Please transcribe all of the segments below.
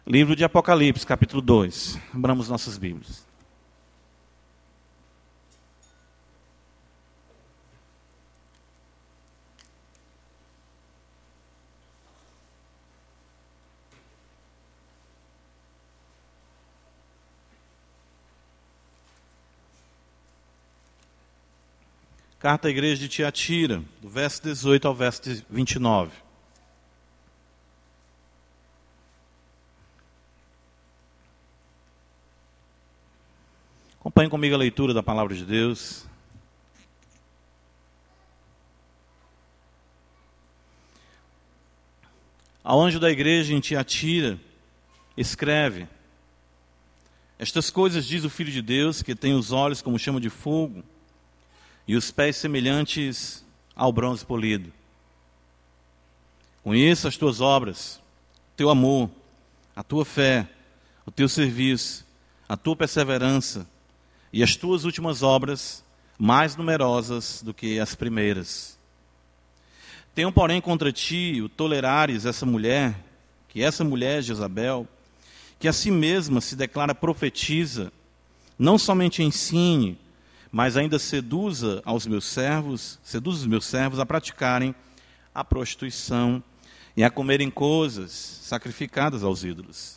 Livro de Apocalipse, capítulo 2. Abramos nossas Bíblias. Carta à igreja de Tiatira, do verso 18 ao verso 29. Acompanhe comigo a leitura da palavra de Deus. Ao anjo da igreja em Tiatira, escreve: Estas coisas diz o Filho de Deus, que tem os olhos como chama de fogo e os pés semelhantes ao bronze polido. Conheço as tuas obras, o teu amor, a tua fé, o teu serviço, a tua perseverança e as tuas últimas obras, mais numerosas do que as primeiras. Tenho, porém, contra ti o tolerares essa mulher, Jezabel, que a si mesma se declara profetiza, não somente ensine, mas ainda seduz os meus servos a praticarem a prostituição e a comerem coisas sacrificadas aos ídolos.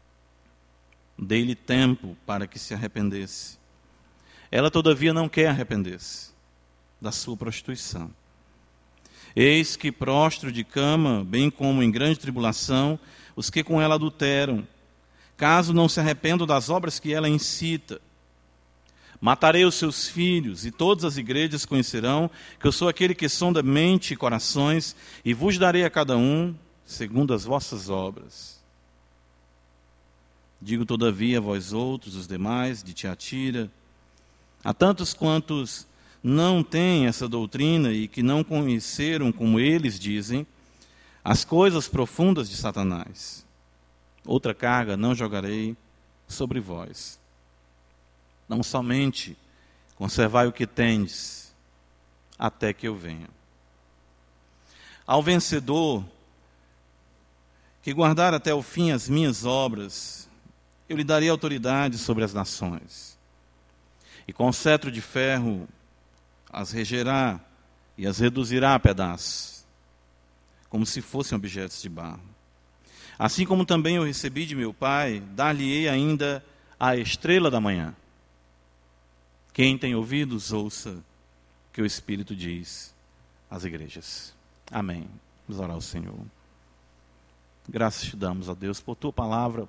Dei-lhe tempo para que se arrependesse. Ela, todavia, não quer arrepender-se da sua prostituição. Eis que prostro de cama, bem como em grande tribulação, os que com ela adulteram, caso não se arrependam das obras que ela incita. Matarei os seus filhos, e todas as igrejas conhecerão que eu sou aquele que sonda mente e corações, e vos darei a cada um segundo as vossas obras. Digo, todavia, a vós outros, os demais, de Tiatira, a tantos quantos não têm essa doutrina e que não conheceram, como eles dizem, as coisas profundas de Satanás. Outra carga não jogarei sobre vós. Não somente conservai o que tendes, até que eu venha. Ao vencedor, que guardar até o fim as minhas obras, eu lhe darei autoridade sobre as nações. E com cetro de ferro as regerá e as reduzirá a pedaços, como se fossem objetos de barro. Assim como também eu recebi de meu Pai, dar-lhe-ei ainda a estrela da manhã. Quem tem ouvidos, ouça o que o Espírito diz às igrejas. Amém. Vamos orar ao Senhor. Graças te damos, ó Deus, por tua palavra.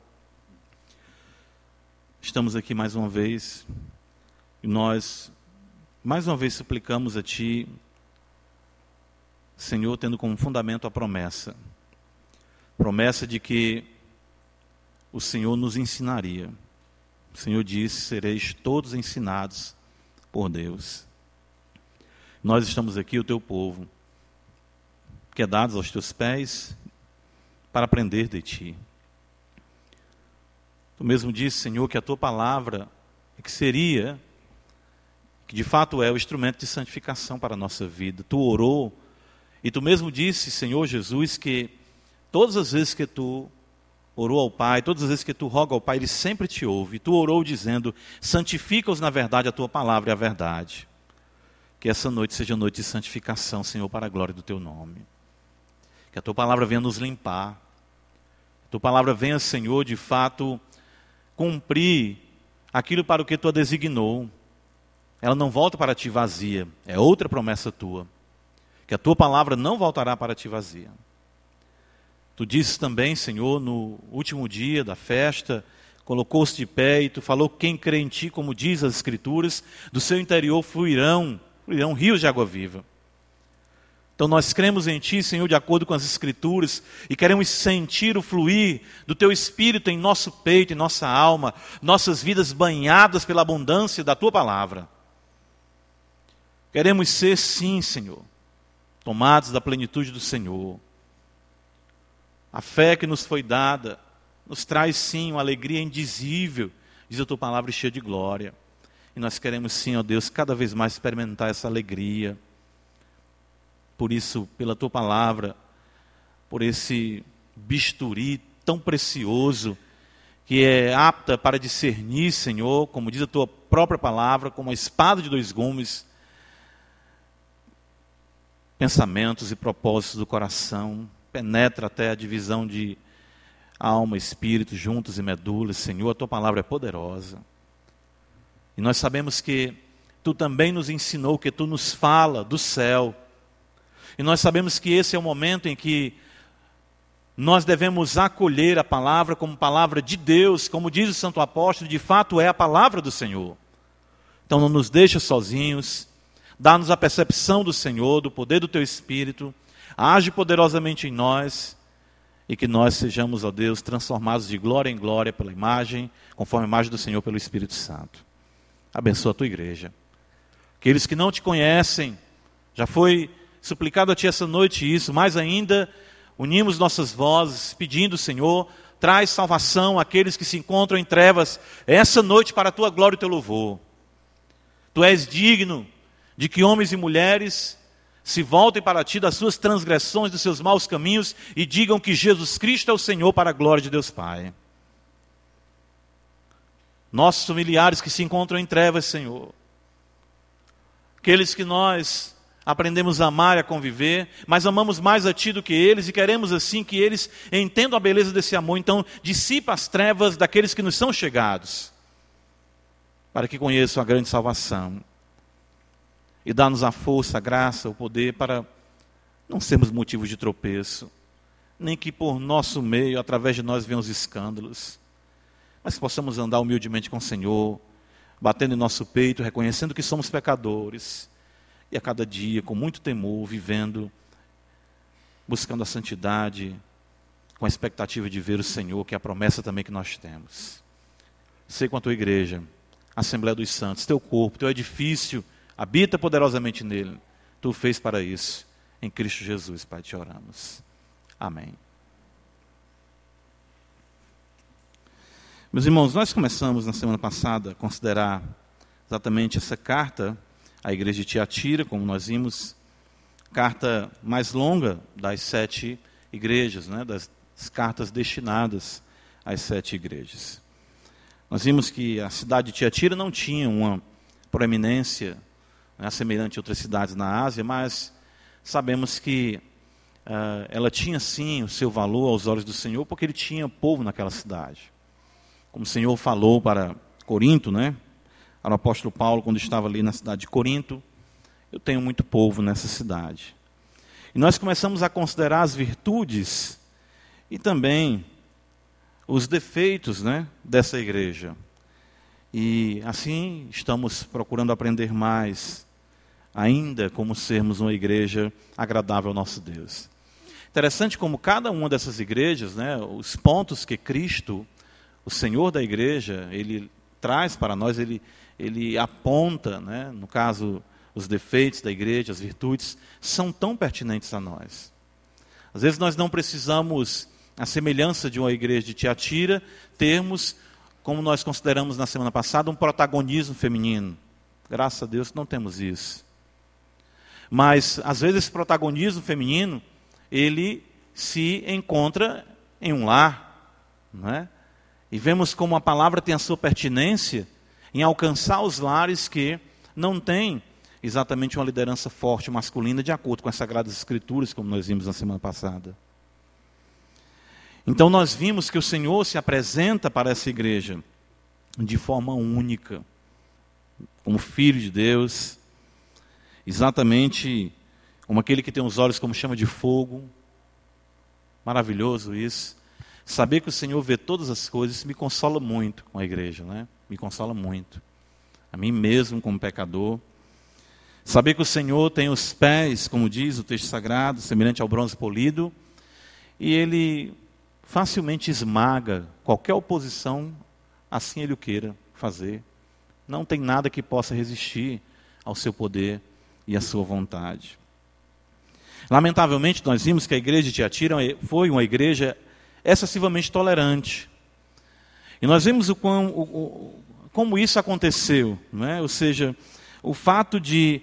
Estamos aqui mais uma vez e nós, mais uma vez, suplicamos a Ti, Senhor, tendo como fundamento a promessa. Promessa de que o Senhor nos ensinaria. O Senhor disse: sereis todos ensinados por Deus. Nós estamos aqui, o teu povo, quedados aos teus pés, para aprender de ti. Tu mesmo disse, Senhor, que a tua palavra que de fato é o instrumento de santificação para a nossa vida. Tu orou, e tu mesmo disse, Senhor Jesus, que todas as vezes que tu orou ao Pai, todas as vezes que tu roga ao Pai, Ele sempre te ouve. Tu orou dizendo: santifica-os na verdade, a tua palavra é a verdade. Que essa noite seja noite de santificação, Senhor, para a glória do teu nome. Que a tua palavra venha nos limpar. A tua palavra venha, Senhor, de fato, cumprir aquilo para o que tu a designou. Ela não volta para ti vazia, é outra promessa tua. Que a tua palavra não voltará para ti vazia. Tu disse também, Senhor, no último dia da festa, colocou-se de pé e tu falou: quem crê em ti, como diz as Escrituras, do seu interior fluirão rios de água viva. Então nós cremos em ti, Senhor, de acordo com as Escrituras, e queremos sentir o fluir do teu Espírito em nosso peito, em nossa alma, nossas vidas banhadas pela abundância da tua palavra. Queremos ser, sim, Senhor, tomados da plenitude do Senhor. A fé que nos foi dada nos traz, sim, uma alegria indizível, diz a tua palavra, cheia de glória. E nós queremos, sim, ó Deus, cada vez mais experimentar essa alegria. Por isso, pela tua palavra, por esse bisturi tão precioso que é apta para discernir, Senhor, como diz a tua própria palavra, como a espada de dois gumes, pensamentos e propósitos do coração, penetra até a divisão de alma e espírito, juntos e medulas. Senhor, a tua palavra é poderosa. E nós sabemos que tu também nos ensinou, que tu nos fala do céu. E nós sabemos que esse é o momento em que nós devemos acolher a palavra como palavra de Deus, como diz o Santo Apóstolo, de fato é a palavra do Senhor. Então não nos deixa sozinhos, dá-nos a percepção do Senhor, do poder do Teu Espírito, age poderosamente em nós, e que nós sejamos, ó Deus, transformados de glória em glória pela imagem, conforme a imagem do Senhor pelo Espírito Santo. Abençoa a Tua igreja. Aqueles que não Te conhecem, já foi suplicado a Ti essa noite isso, mais ainda, unimos nossas vozes, pedindo, Senhor, traz salvação àqueles que se encontram em trevas, essa noite para a Tua glória e o Teu louvor. Tu és digno de que homens e mulheres se voltem para Ti das suas transgressões, dos seus maus caminhos, e digam que Jesus Cristo é o Senhor para a glória de Deus Pai. Nossos familiares que se encontram em trevas, Senhor, aqueles que nós aprendemos a amar e a conviver, mas amamos mais a Ti do que eles, e queremos assim que eles entendam a beleza desse amor. Então dissipa as trevas daqueles que nos são chegados, para que conheçam a grande salvação, e dá-nos a força, a graça, o poder para não sermos motivos de tropeço, nem que por nosso meio, através de nós, venham os escândalos, mas que possamos andar humildemente com o Senhor, batendo em nosso peito, reconhecendo que somos pecadores, e a cada dia, com muito temor, vivendo, buscando a santidade, com a expectativa de ver o Senhor, que é a promessa também que nós temos. Sei com a Tua igreja, a Assembleia dos Santos, Teu corpo, Teu edifício, habita poderosamente nele. Tu o fez para isso. Em Cristo Jesus, Pai, Te oramos. Amém. Meus irmãos, nós começamos na semana passada a considerar exatamente essa carta à igreja de Tiatira, como nós vimos, carta mais longa das 7 igrejas, né, das cartas destinadas às 7 igrejas. Nós vimos que a cidade de Tiatira não tinha uma proeminência, né, semelhante a outras cidades na Ásia, mas sabemos que ela tinha sim o seu valor aos olhos do Senhor, porque ele tinha povo naquela cidade. Como o Senhor falou para Corinto, né? Para o apóstolo Paulo, quando estava ali na cidade de Corinto, eu tenho muito povo nessa cidade. E nós começamos a considerar as virtudes e também os defeitos, né, dessa igreja. E assim estamos procurando aprender mais, ainda como sermos uma igreja agradável ao nosso Deus. Interessante como cada uma dessas igrejas, né, os pontos que Cristo, o Senhor da igreja, Ele traz para nós, Ele aponta, né, no caso, os defeitos da igreja, as virtudes, são tão pertinentes a nós. Às vezes nós não precisamos, à semelhança de uma igreja de Tiatira, termos, como nós consideramos na semana passada, um protagonismo feminino. Graças a Deus não temos isso. Mas, às vezes, esse protagonismo feminino, ele se encontra em um lar, não é? E vemos como a palavra tem a sua pertinência em alcançar os lares que não têm exatamente uma liderança forte masculina, de acordo com as Sagradas Escrituras, como nós vimos na semana passada. Então nós vimos que o Senhor se apresenta para essa igreja de forma única, como Filho de Deus, exatamente como aquele que tem os olhos como chama de fogo. Maravilhoso isso. Saber que o Senhor vê todas as coisas me consola muito com a igreja, né? Me consola muito. A mim mesmo como pecador. Saber que o Senhor tem os pés, como diz o texto sagrado, semelhante ao bronze polido, e Ele facilmente esmaga qualquer oposição, assim Ele o queira fazer. Não tem nada que possa resistir ao seu poder e à sua vontade. Lamentavelmente, nós vimos que a igreja de Tiatira foi uma igreja excessivamente tolerante. E nós vimos como isso aconteceu, né? Ou seja, o fato de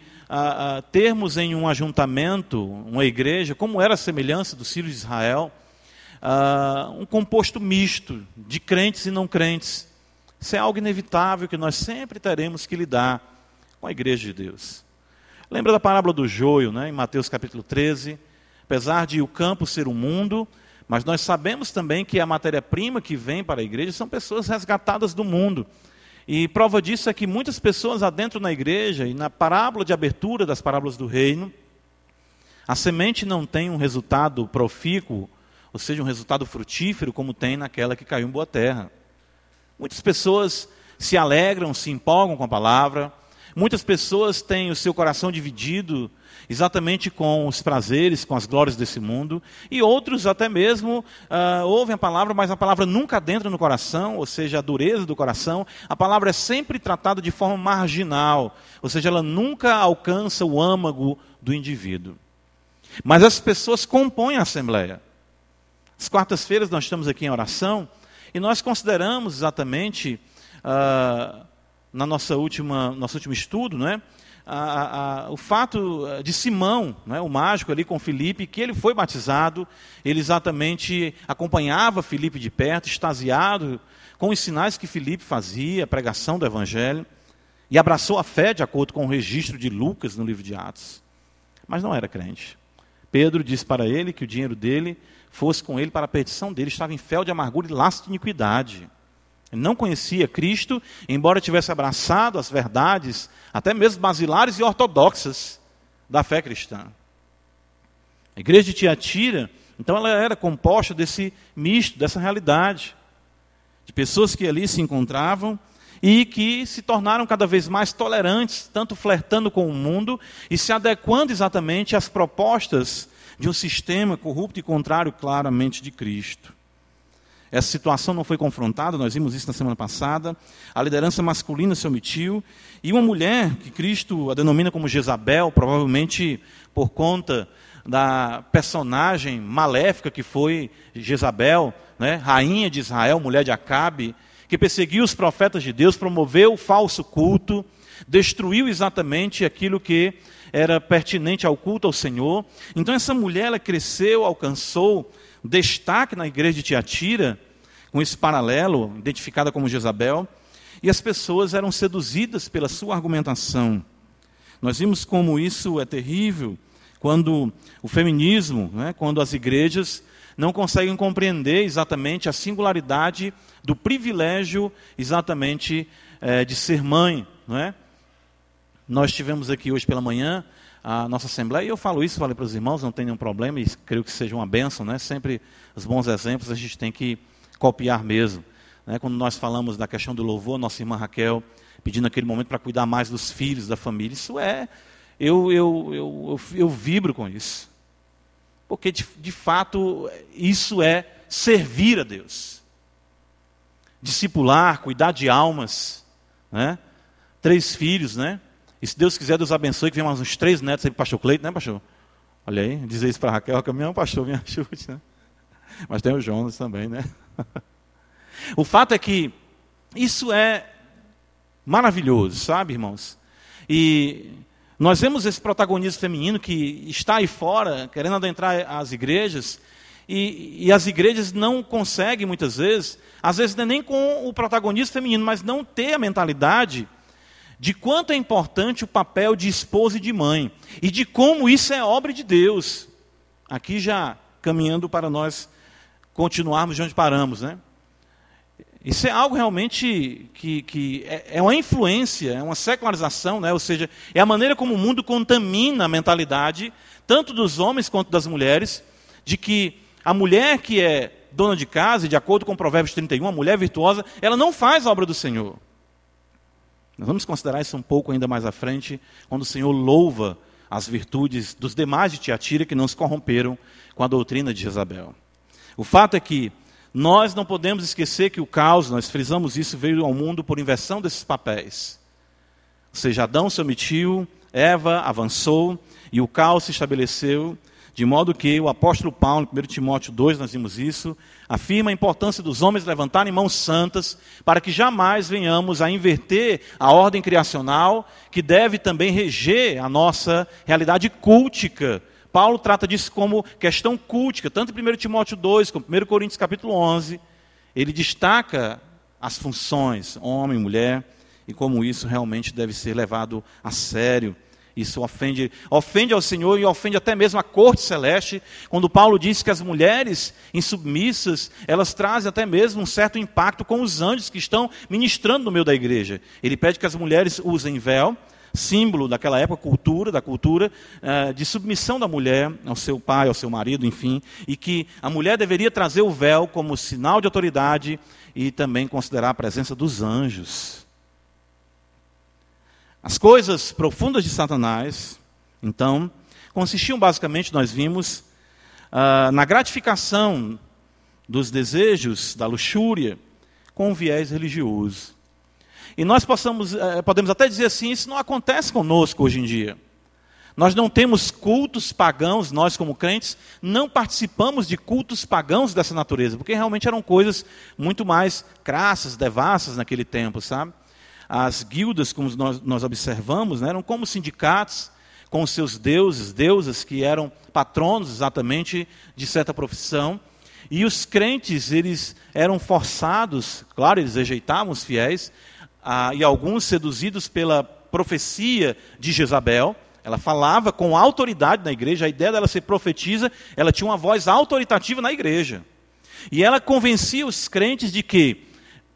termos em um ajuntamento, uma igreja, como era a semelhança dos filhos de Israel, um composto misto de crentes e não crentes. Isso é algo inevitável que nós sempre teremos que lidar com a igreja de Deus. Lembra da parábola do joio, né, em Mateus capítulo 13? Apesar de o campo ser o mundo, mas nós sabemos também que a matéria-prima que vem para a igreja são pessoas resgatadas do mundo. E prova disso é que muitas pessoas adentro na igreja, e na parábola de abertura das parábolas do reino, a semente não tem um resultado profícuo, ou seja, um resultado frutífero, como tem naquela que caiu em boa terra. Muitas pessoas se alegram, se empolgam com a palavra. Muitas pessoas têm o seu coração dividido exatamente com os prazeres, com as glórias desse mundo. E outros até mesmo ouvem a palavra, mas a palavra nunca adentra no coração, ou seja, a dureza do coração. A palavra é sempre tratada de forma marginal, ou seja, ela nunca alcança o âmago do indivíduo. Mas as pessoas compõem a Assembleia. As quartas-feiras nós estamos aqui em oração, e nós consideramos exatamente, no nosso último estudo, né, o fato de Simão, né, o mágico ali com Filipe, que ele foi batizado, ele exatamente acompanhava Filipe de perto, extasiado com os sinais que Filipe fazia, a pregação do Evangelho, e abraçou a fé de acordo com o registro de Lucas no livro de Atos, mas não era crente. Pedro disse para ele que o dinheiro dele fosse com ele para a perdição dele, estava em fel de amargura e laço de iniquidade. Ele não conhecia Cristo, embora tivesse abraçado as verdades, até mesmo basilares e ortodoxas da fé cristã. A igreja de Tiatira, então, ela era composta desse misto, dessa realidade, de pessoas que ali se encontravam e que se tornaram cada vez mais tolerantes, tanto flertando com o mundo e se adequando exatamente às propostas de um sistema corrupto e contrário claramente de Cristo. Essa situação não foi confrontada, nós vimos isso na semana passada. A liderança masculina se omitiu. E uma mulher, que Cristo a denomina como Jezabel, provavelmente por conta da personagem maléfica que foi Jezabel, né, rainha de Israel, mulher de Acabe, que perseguiu os profetas de Deus, promoveu o falso culto, destruiu exatamente aquilo que era pertinente ao culto ao Senhor. Então essa mulher, ela cresceu, alcançou destaque na igreja de Tiatira, com esse paralelo, identificada como Jezabel, e as pessoas eram seduzidas pela sua argumentação. Nós vimos como isso é terrível, quando o feminismo, né, quando as igrejas não conseguem compreender exatamente a singularidade do privilégio exatamente de ser mãe. Não é? Nós tivemos aqui hoje pela manhã a nossa Assembleia, e eu falo isso, falei para os irmãos, não tem nenhum problema, e creio que seja uma bênção, né? Sempre os bons exemplos a gente tem que copiar mesmo. Né? Quando nós falamos da questão do louvor, nossa irmã Raquel pedindo aquele momento para cuidar mais dos filhos, da família, isso eu vibro com isso. Porque, de fato, isso é servir a Deus. Discipular, cuidar de almas. Né? 3 filhos, né? E se Deus quiser, Deus abençoe, que venham uns 3 netos aí para o pastor Cleito, né, pastor? Olha aí, dizer isso para a Raquel, que é o pastor, me ajude, né? Mas tem o Jonas também, né? O fato é que isso é maravilhoso, sabe, irmãos? E nós vemos esse protagonismo feminino que está aí fora, querendo adentrar as igrejas, e as igrejas não conseguem, muitas vezes, às vezes nem com o protagonismo feminino, mas não ter a mentalidade de quanto é importante o papel de esposa e de mãe, e de como isso é obra de Deus. Aqui já caminhando para nós continuarmos de onde paramos, né? Isso é algo realmente que é uma influência, é uma secularização, né? Ou seja, é a maneira como o mundo contamina a mentalidade, tanto dos homens quanto das mulheres, de que a mulher que é dona de casa, e de acordo com Provérbios 31, a mulher virtuosa, ela não faz a obra do Senhor. Nós vamos considerar isso um pouco ainda mais à frente, quando o Senhor louva as virtudes dos demais de Tiatira que não se corromperam com a doutrina de Jezabel. O fato é que nós não podemos esquecer que o caos, nós frisamos isso, veio ao mundo por inversão desses papéis. Ou seja, Adão se omitiu, Eva avançou e o caos se estabeleceu, de modo que o apóstolo Paulo, em 1 Timóteo 2, nós vimos isso, afirma a importância dos homens levantarem mãos santas para que jamais venhamos a inverter a ordem criacional que deve também reger a nossa realidade cultica Paulo trata disso como questão cultica, tanto em 1 Timóteo 2, como em 1 Coríntios capítulo 11. Ele destaca as funções, homem, mulher, e como isso realmente deve ser levado a sério. Isso ofende ao Senhor e ofende até mesmo a corte celeste, quando Paulo diz que as mulheres insubmissas, elas trazem até mesmo um certo impacto com os anjos que estão ministrando no meio da igreja. Ele pede que as mulheres usem véu, símbolo daquela época, da cultura de submissão da mulher ao seu pai, ao seu marido, enfim, e que a mulher deveria trazer o véu como sinal de autoridade e também considerar a presença dos anjos. As coisas profundas de Satanás, então, consistiam basicamente, nós vimos, na gratificação dos desejos, da luxúria, com um viés religioso. E nós podemos até dizer assim, isso não acontece conosco hoje em dia. Nós não temos cultos pagãos, nós como crentes, não participamos de cultos pagãos dessa natureza, porque realmente eram coisas muito mais crassas, devassas naquele tempo, sabe? As guildas, como nós observamos, né, eram como sindicatos com os seus deuses, deusas que eram patronos exatamente de certa profissão. E os crentes, eles eram forçados, claro, eles rejeitavam os fiéis, e alguns seduzidos pela profecia de Jezabel. Ela falava com autoridade na igreja, a ideia dela ser profetisa, ela tinha uma voz autoritativa na igreja. E ela convencia os crentes de que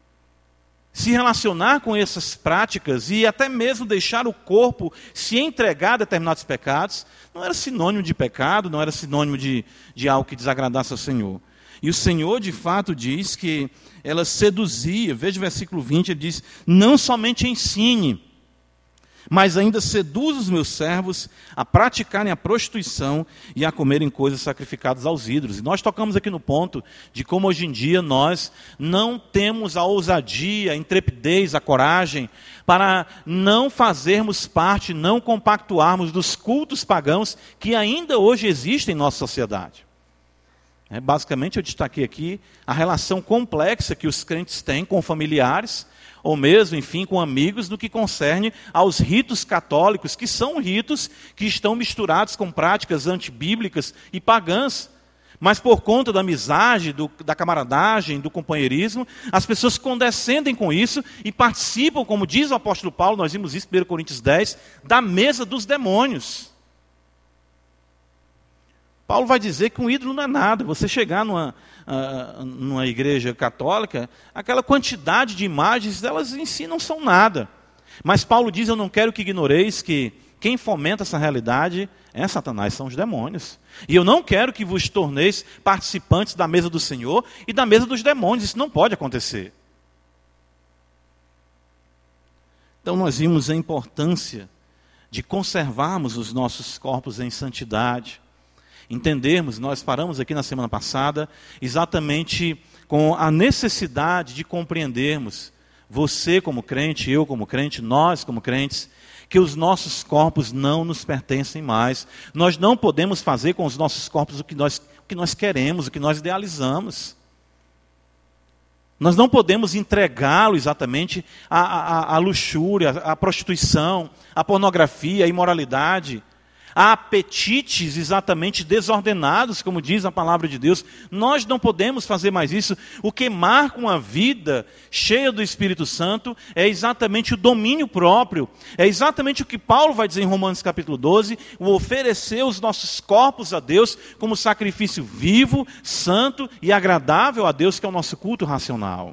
se relacionar com essas práticas e até mesmo deixar o corpo se entregar a determinados pecados, não era sinônimo de pecado, não era sinônimo de algo que desagradasse ao Senhor. E o Senhor, de fato, diz que ela seduzia. Veja o versículo 20, ele diz, não somente ensine, mas ainda seduz os meus servos a praticarem a prostituição e a comerem coisas sacrificadas aos ídolos. E nós tocamos aqui no ponto de como hoje em dia nós não temos a ousadia, a intrepidez, a coragem para não fazermos parte, não compactuarmos dos cultos pagãos que ainda hoje existem em nossa sociedade. Basicamente, eu destaquei aqui a relação complexa que os crentes têm com familiares, ou mesmo, enfim, com amigos, no que concerne aos ritos católicos, que são ritos que estão misturados com práticas antibíblicas e pagãs. Mas por conta da amizade, da camaradagem, do companheirismo, as pessoas condescendem com isso e participam, como diz o apóstolo Paulo, nós vimos isso em 1 Coríntios 10, da mesa dos demônios. Paulo vai dizer que um ídolo não é nada. Você chegar numa igreja católica, aquela quantidade de imagens, elas em si não são nada. Mas Paulo diz, eu não quero que ignoreis que quem fomenta essa realidade é Satanás, são os demônios. E eu não quero que vos torneis participantes da mesa do Senhor e da mesa dos demônios. Isso não pode acontecer. Então nós vimos a importância de conservarmos os nossos corpos em santidade. Entendermos, nós paramos aqui na semana passada, exatamente com a necessidade de compreendermos, você como crente, eu como crente, nós como crentes, que os nossos corpos não nos pertencem mais. Nós não podemos fazer com os nossos corpos o que nós queremos, o que nós idealizamos. Nós não podemos entregá-lo exatamente à luxúria, à prostituição, à pornografia, à imoralidade, há apetites exatamente desordenados, como diz a palavra de Deus. Nós não podemos fazer mais isso. O que marca uma vida cheia do Espírito Santo é exatamente o domínio próprio. É exatamente o que Paulo vai dizer em Romanos capítulo 12, o oferecer os nossos corpos a Deus como sacrifício vivo, santo e agradável a Deus, que é o nosso culto racional.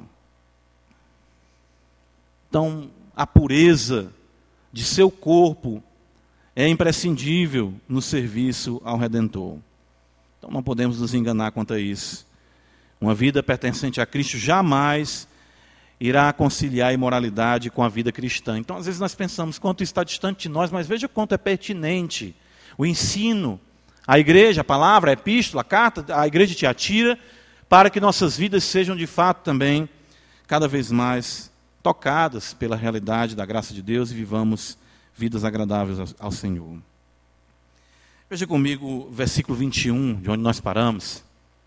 Então, a pureza de seu corpo é imprescindível no serviço ao Redentor. Então não podemos nos enganar quanto a isso. Uma vida pertencente a Cristo jamais irá conciliar a imoralidade com a vida cristã. Então às vezes nós pensamos quanto está distante de nós, mas veja quanto é pertinente o ensino, a igreja, a palavra, a epístola, a carta, a igreja te atira, para que nossas vidas sejam de fato também cada vez mais tocadas pela realidade da graça de Deus e vivamos vidas agradáveis ao Senhor. Veja comigo o versículo 21, de onde nós paramos.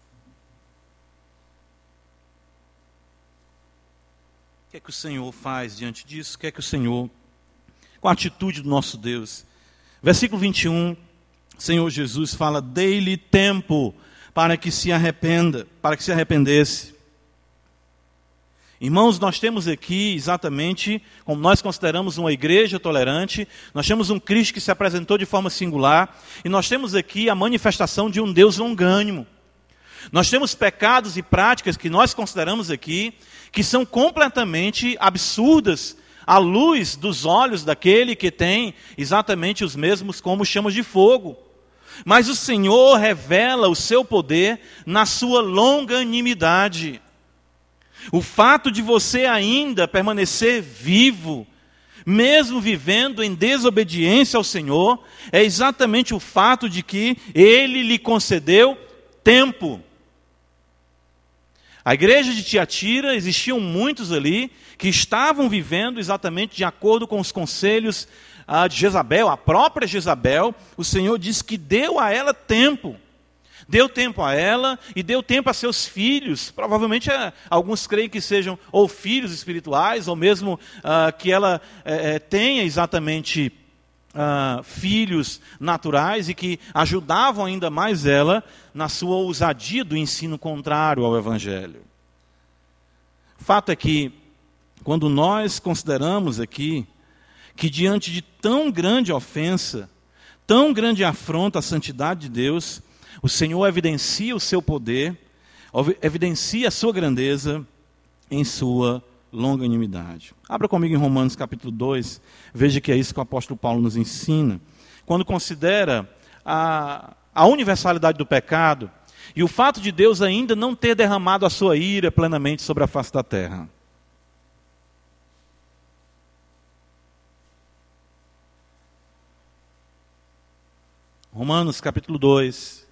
O que é que o Senhor faz diante disso? O que é que o Senhor, com a atitude do nosso Deus? Versículo 21, Senhor Jesus fala: dei-lhe tempo para que se arrependesse. Irmãos, nós temos aqui exatamente como nós consideramos uma igreja tolerante, nós temos um Cristo que se apresentou de forma singular, e nós temos aqui a manifestação de um Deus longânimo. Nós temos pecados e práticas que nós consideramos aqui, que são completamente absurdas à luz dos olhos daquele que tem exatamente os mesmos como chamas de fogo. Mas o Senhor revela o seu poder na sua longanimidade. O fato de você ainda permanecer vivo, mesmo vivendo em desobediência ao Senhor, é exatamente o fato de que Ele lhe concedeu tempo. A igreja de Tiatira, existiam muitos ali que estavam vivendo exatamente de acordo com os conselhos de Jezabel, a própria Jezabel. O Senhor disse que deu a ela tempo. Deu tempo a ela e deu tempo a seus filhos. Provavelmente alguns creem que sejam ou filhos espirituais, ou mesmo que ela tenha exatamente filhos naturais e que ajudavam ainda mais ela na sua ousadia do ensino contrário ao Evangelho. O fato é que, quando nós consideramos aqui que diante de tão grande ofensa, tão grande afronta à santidade de Deus, o Senhor evidencia o seu poder, evidencia a sua grandeza em sua longanimidade. Abra comigo em Romanos capítulo 2, veja que é isso que o apóstolo Paulo nos ensina. Quando considera a universalidade do pecado e o fato de Deus ainda não ter derramado a sua ira plenamente sobre a face da terra. Romanos capítulo 2,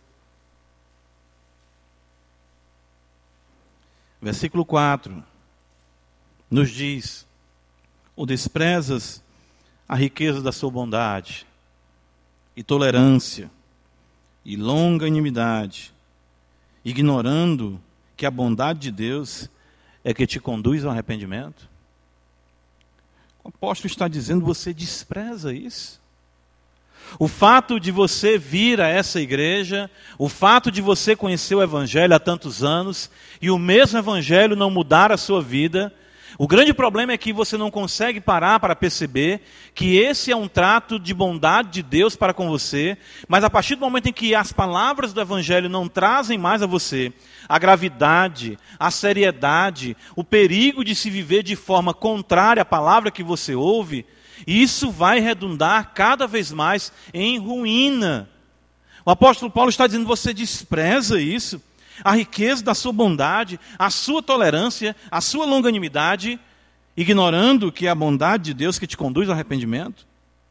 versículo 4, nos diz: ou desprezas a riqueza da sua bondade, e tolerância, e longanimidade, ignorando que a bondade de Deus é que te conduz ao arrependimento? O apóstolo está dizendo: você despreza isso? O fato de você vir a essa igreja, o fato de você conhecer o Evangelho há tantos anos, e o mesmo Evangelho não mudar a sua vida, o grande problema é que você não consegue parar para perceber que esse é um trato de bondade de Deus para com você, mas a partir do momento em que as palavras do Evangelho não trazem mais a você a gravidade, a seriedade, o perigo de se viver de forma contrária à palavra que você ouve, isso vai redundar cada vez mais em ruína. O apóstolo Paulo está dizendo: você despreza isso, a riqueza da sua bondade, a sua tolerância, a sua longanimidade, ignorando que é a bondade de Deus que te conduz ao arrependimento?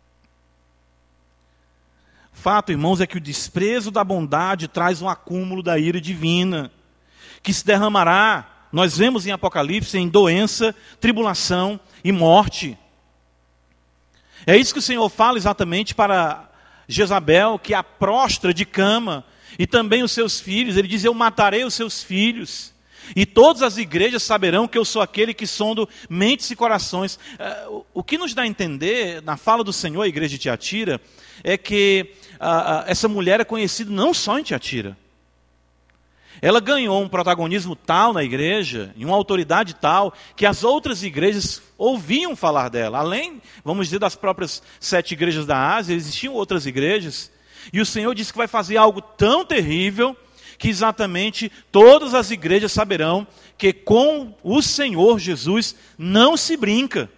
Fato, irmãos, é que o desprezo da bondade traz um acúmulo da ira divina, que se derramará, nós vemos em Apocalipse, em doença, tribulação e morte. É isso que o Senhor fala exatamente para Jezabel, que a prostra de cama, e também os seus filhos. Ele diz: eu matarei os seus filhos, e todas as igrejas saberão que eu sou aquele que sondo mentes e corações. O que nos dá a entender, na fala do Senhor à igreja de Tiatira, é que essa mulher é conhecida não só em Tiatira. Ela ganhou um protagonismo tal na igreja, e uma autoridade tal, que as outras igrejas ouviam falar dela. Além, vamos dizer, das próprias 7 igrejas da Ásia, existiam outras igrejas. E o Senhor disse que vai fazer algo tão terrível, que exatamente todas as igrejas saberão que com o Senhor Jesus não se brinca.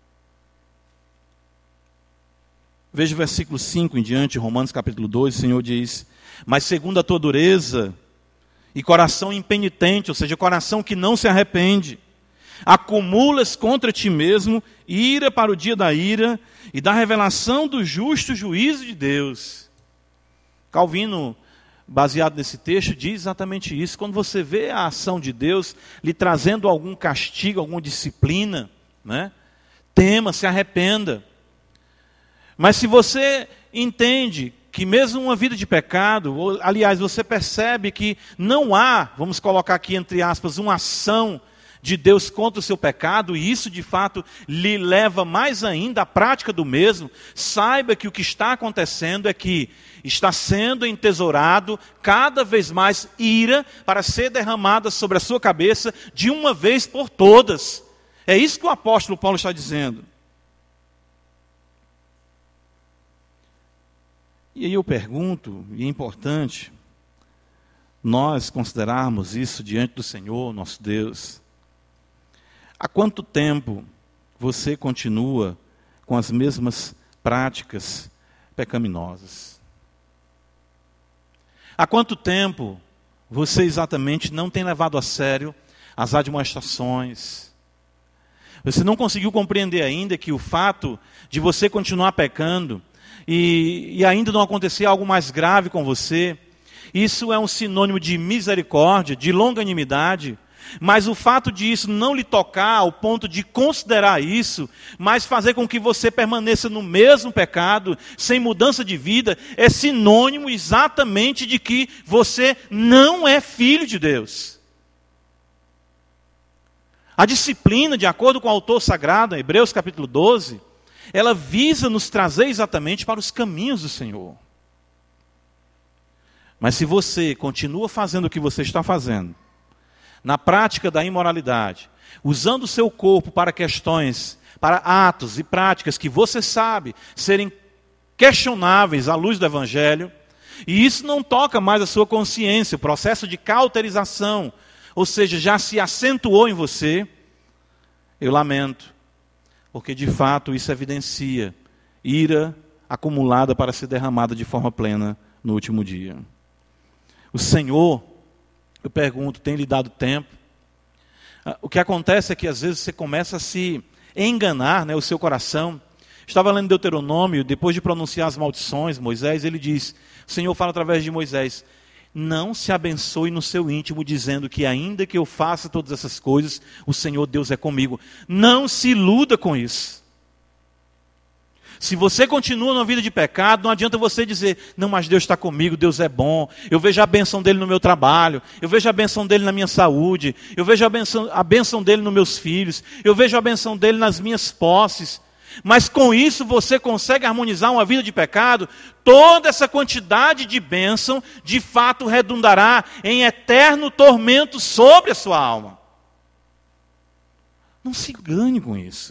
Veja o versículo 5 em diante, Romanos capítulo 2, o Senhor diz: mas segundo a tua dureza e coração impenitente, ou seja, coração que não se arrepende, acumulas contra ti mesmo ira para o dia da ira e da revelação do justo juízo de Deus. Calvino, baseado nesse texto, diz exatamente isso. Quando você vê a ação de Deus lhe trazendo algum castigo, alguma disciplina, né, tema, se arrependa. Mas se você entende que mesmo uma vida de pecado, ou, aliás, você percebe que não há, vamos colocar aqui entre aspas, uma ação de Deus contra o seu pecado, e isso de fato lhe leva mais ainda à prática do mesmo, saiba que o que está acontecendo é que está sendo entesourado cada vez mais ira para ser derramada sobre a sua cabeça de uma vez por todas. É isso que o apóstolo Paulo está dizendo. E aí eu pergunto, e é importante nós considerarmos isso diante do Senhor, nosso Deus. Há quanto tempo você continua com as mesmas práticas pecaminosas? Há quanto tempo você exatamente não tem levado a sério as admoestações? Você não conseguiu compreender ainda que o fato de você continuar pecando e ainda não acontecer algo mais grave com você, isso é um sinônimo de misericórdia, de longanimidade, mas o fato de isso não lhe tocar ao ponto de considerar isso, mas fazer com que você permaneça no mesmo pecado, sem mudança de vida, é sinônimo exatamente de que você não é filho de Deus. A disciplina, de acordo com o autor sagrado, em Hebreus capítulo 12, ela visa nos trazer exatamente para os caminhos do Senhor. Mas se você continua fazendo o que você está fazendo, na prática da imoralidade, usando o seu corpo para questões, para atos e práticas que você sabe serem questionáveis à luz do Evangelho, e isso não toca mais a sua consciência, o processo de cauterização, ou seja, já se acentuou em você, eu lamento, porque de fato isso evidencia ira acumulada para ser derramada de forma plena no último dia. O Senhor, eu pergunto, tem lhe dado tempo? O que acontece é que às vezes você começa a se enganar, o seu coração. Estava lendo Deuteronômio, depois de pronunciar as maldições, Moisés, ele diz, o Senhor fala através de Moisés, não se abençoe no seu íntimo, dizendo que ainda que eu faça todas essas coisas, o Senhor Deus é comigo. Não se iluda com isso. Se você continua numa vida de pecado, não adianta você dizer, não, mas Deus está comigo, Deus é bom, eu vejo a bênção dele no meu trabalho, eu vejo a bênção dele na minha saúde, eu vejo a bênção dele nos meus filhos, eu vejo a bênção dele nas minhas posses. Mas com isso você consegue harmonizar uma vida de pecado, toda essa quantidade de bênção, de fato redundará em eterno tormento sobre a sua alma. Não se engane com isso.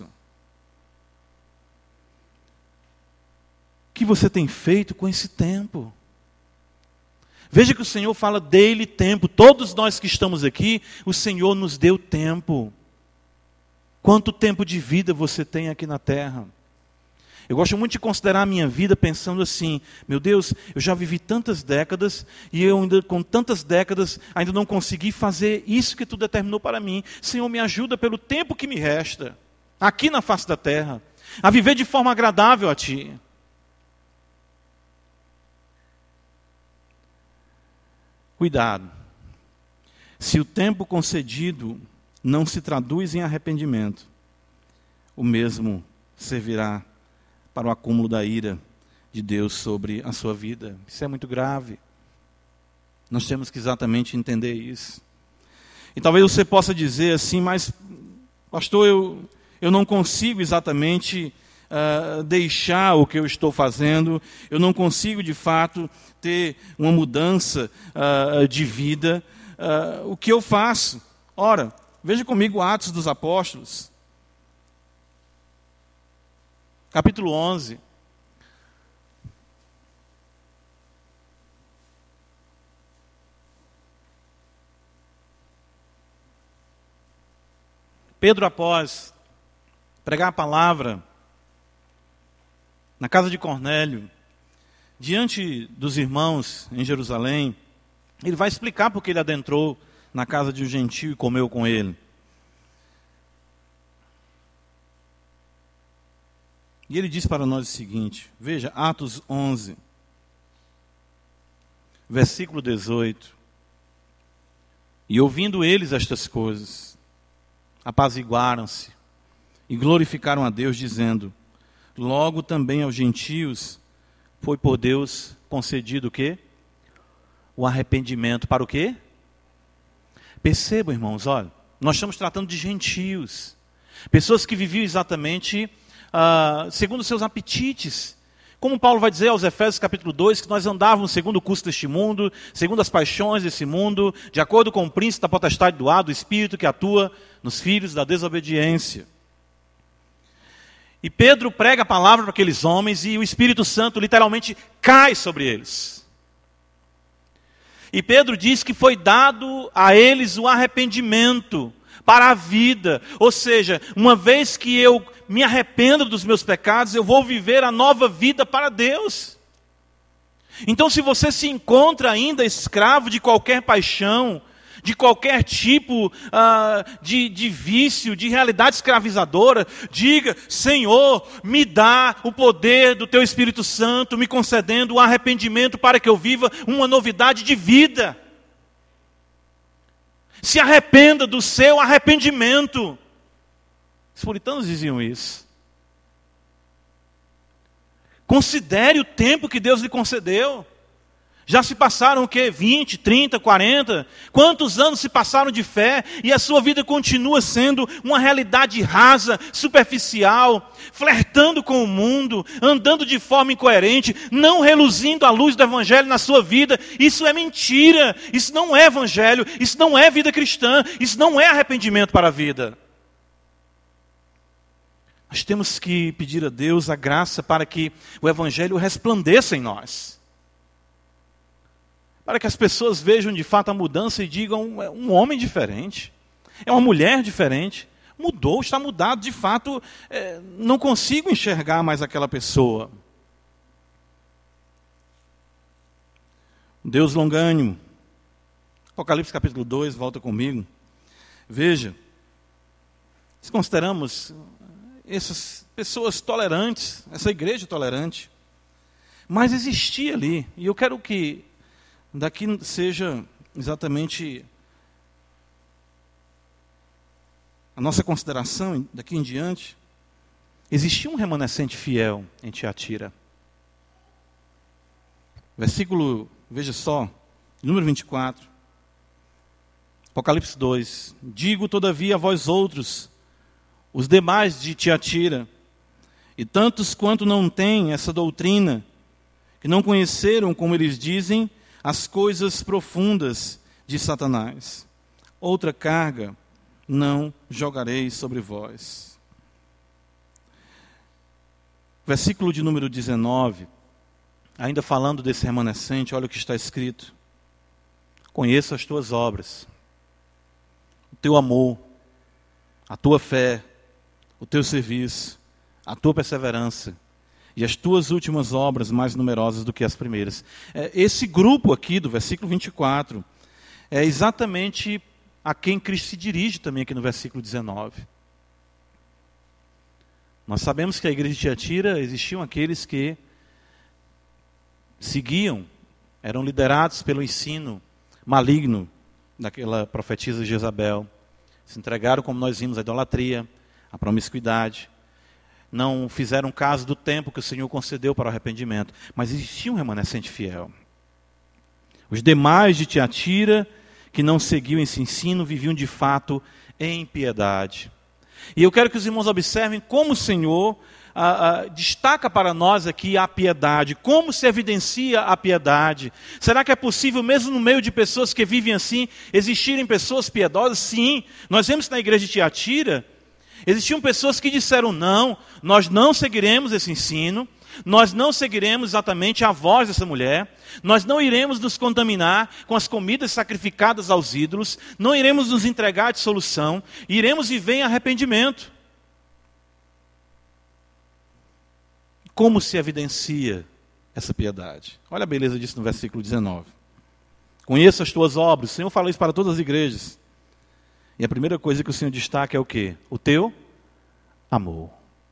O que você tem feito com esse tempo? Veja que o Senhor fala, dê-lhe tempo. Todos nós que estamos aqui, o Senhor nos deu tempo. Quanto tempo de vida você tem aqui na terra? Eu gosto muito de considerar a minha vida pensando assim, meu Deus, eu já vivi tantas décadas e eu ainda com tantas décadas ainda não consegui fazer isso que tu determinou para mim. Senhor, me ajuda pelo tempo que me resta, aqui na face da terra, a viver de forma agradável a Ti. Cuidado, se o tempo concedido não se traduz em arrependimento, o mesmo servirá para o acúmulo da ira de Deus sobre a sua vida. Isso é muito grave. Nós temos que exatamente entender isso. E talvez você possa dizer assim, mas pastor, eu não consigo exatamente deixar o que eu estou fazendo, eu não consigo de fato ter uma mudança de vida. O que eu faço? Ora, veja comigo Atos dos Apóstolos, capítulo 11. Pedro, após pregar a palavra na casa de Cornélio, diante dos irmãos em Jerusalém, ele vai explicar porque ele adentrou na casa de um gentio e comeu com ele. E ele diz para nós o seguinte, veja, Atos 11, versículo 18. E ouvindo eles estas coisas, apaziguaram-se e glorificaram a Deus, dizendo, logo também aos gentios foi por Deus concedido o quê? O arrependimento para o quê? Percebam, irmãos, olha, Nós estamos tratando de gentios. Pessoas que viviam exatamente segundo seus apetites. Como Paulo vai dizer aos Efésios capítulo 2, que nós andávamos segundo o curso deste mundo, segundo as paixões desse mundo, de acordo com o príncipe da potestade do ar, do espírito que atua nos filhos da desobediência. E Pedro prega a palavra para aqueles homens e o Espírito Santo literalmente cai sobre eles. E Pedro diz que foi dado a eles o arrependimento para a vida. Ou seja, uma vez que eu me arrependo dos meus pecados, eu vou viver a nova vida para Deus. Então, se você se encontra ainda escravo de qualquer paixão, de qualquer tipo de vício, de realidade escravizadora, diga: Senhor, me dá o poder do Teu Espírito Santo, me concedendo o arrependimento para que eu viva uma novidade de vida. Se arrependa do seu arrependimento. Os puritanos diziam isso. Considere o tempo que Deus lhe concedeu. Já se passaram o quê? 20, 30, 40? Quantos anos se passaram de fé e a sua vida continua sendo uma realidade rasa, superficial, flertando com o mundo, andando de forma incoerente, não reluzindo a luz do Evangelho na sua vida? Isso é mentira, isso não é Evangelho, isso não é vida cristã, isso não é arrependimento para a vida. Nós temos que pedir a Deus a graça para que o Evangelho resplandeça em nós. Para que as pessoas vejam de fato a mudança e digam: é um homem diferente, é uma mulher diferente, mudou, está mudado, de fato, não consigo enxergar mais aquela pessoa. Deus longânimo. Apocalipse capítulo 2, volta comigo. Veja, se consideramos essas pessoas tolerantes, essa igreja tolerante, mas existia ali, e eu quero que daqui seja exatamente a nossa consideração daqui em diante. Existia um remanescente fiel em Tiatira. Versículo, veja só, número 24. Apocalipse 2. Digo, todavia, a vós outros, os demais de Tiatira, e tantos quanto não têm essa doutrina, que não conheceram, como eles dizem, as coisas profundas de Satanás. Outra carga não jogarei sobre vós. Versículo de número 19, ainda falando desse remanescente, olha o que está escrito. Conheço as tuas obras, o teu amor, a tua fé, o teu serviço, a tua perseverança, e as tuas últimas obras mais numerosas do que as primeiras. Esse grupo aqui do versículo 24 é exatamente a quem Cristo se dirige também aqui no versículo 19. Nós sabemos que a igreja de Tiatira existiam aqueles que seguiam, eram liderados pelo ensino maligno daquela profetisa Jezabel. Se entregaram, como nós vimos, à idolatria, à promiscuidade. Não fizeram caso do tempo que o Senhor concedeu para o arrependimento. Mas existia um remanescente fiel. Os demais de Tiatira, que não seguiam esse ensino, viviam de fato em piedade. E eu quero que os irmãos observem como o Senhor destaca para nós aqui a piedade. Como se evidencia a piedade? Será que é possível, mesmo no meio de pessoas que vivem assim, existirem pessoas piedosas? Sim. Nós vemos que na igreja de Tiatira existiam pessoas que disseram: não, nós não seguiremos esse ensino, nós não seguiremos exatamente a voz dessa mulher, nós não iremos nos contaminar com as comidas sacrificadas aos ídolos, não iremos nos entregar à dissolução, iremos viver em arrependimento. Como se evidencia essa piedade? Olha a beleza disso no versículo 19. Conheço as tuas obras. O Senhor fala isso para todas as igrejas. E a primeira coisa que o Senhor destaca é o quê? O teu amor.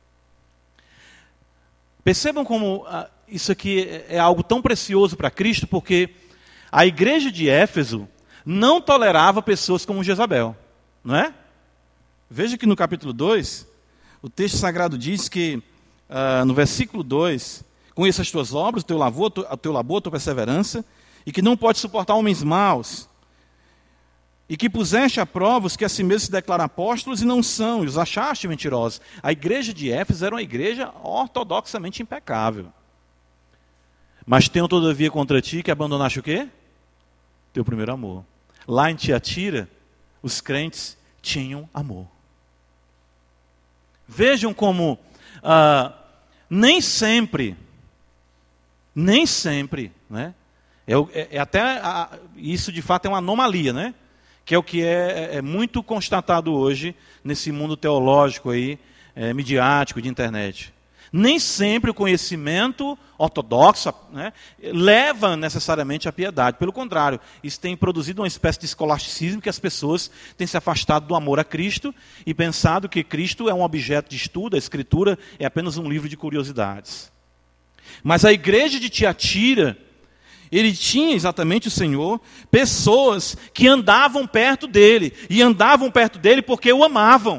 Percebam como isso aqui é algo tão precioso para Cristo, porque a igreja de Éfeso não tolerava pessoas como Jezabel, não é? Veja que no capítulo 2, o texto sagrado diz que, no versículo 2, conheça as tuas obras, o teu labor, a tua perseverança, e que não pode suportar homens maus. E que puseste à prova os que a si mesmos se declaram apóstolos e não são, e os achaste mentirosos. A igreja de Éfeso era uma igreja ortodoxamente impecável. Mas tenho todavia contra ti que abandonaste o quê? Teu primeiro amor. Lá em Tiatira, os crentes tinham amor. Vejam como nem sempre, né? Isso de fato é uma anomalia, né? Que é o que é muito constatado hoje nesse mundo teológico aí, midiático, de internet. Nem sempre o conhecimento ortodoxo, né, leva necessariamente à piedade. Pelo contrário, isso tem produzido uma espécie de escolasticismo que as pessoas têm se afastado do amor a Cristo e pensado que Cristo é um objeto de estudo, a Escritura é apenas um livro de curiosidades. Mas a igreja de Tiatira, ele tinha exatamente o Senhor, pessoas que andavam perto dele, e andavam perto dele porque o amavam.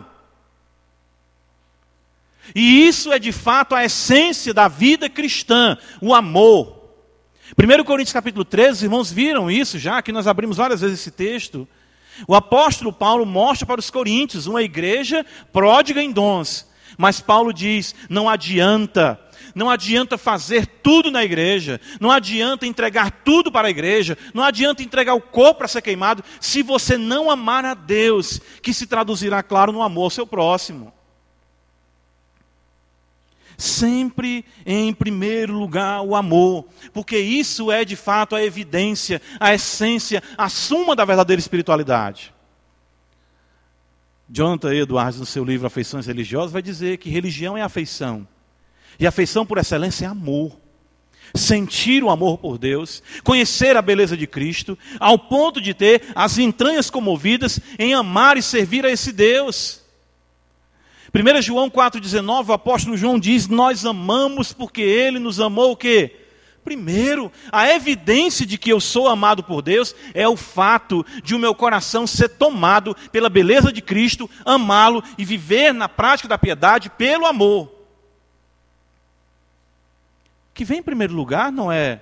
E isso é de fato a essência da vida cristã, o amor. 1 Coríntios capítulo 13, os irmãos viram isso já, que nós abrimos várias vezes esse texto. O apóstolo Paulo mostra para os coríntios uma igreja pródiga em dons. Mas Paulo diz, não adianta fazer tudo na igreja, não adianta entregar tudo para a igreja, não adianta entregar o corpo para ser queimado, se você não amar a Deus, que se traduzirá, claro, no amor ao seu próximo. Sempre em primeiro lugar o amor, porque isso é de fato a evidência, a essência, a suma da verdadeira espiritualidade. Jonathan Edwards, no seu livro Afeições Religiosas, vai dizer que religião é afeição. E afeição por excelência é amor. Sentir o amor por Deus, conhecer a beleza de Cristo, ao ponto de ter as entranhas comovidas em amar e servir a esse Deus. 1 João 4,19, o apóstolo João diz, nós amamos porque Ele nos amou o quê? Primeiro, a evidência de que eu sou amado por Deus é o fato de o meu coração ser tomado pela beleza de Cristo, amá-lo e viver na prática da piedade pelo amor. O que vem em primeiro lugar não é...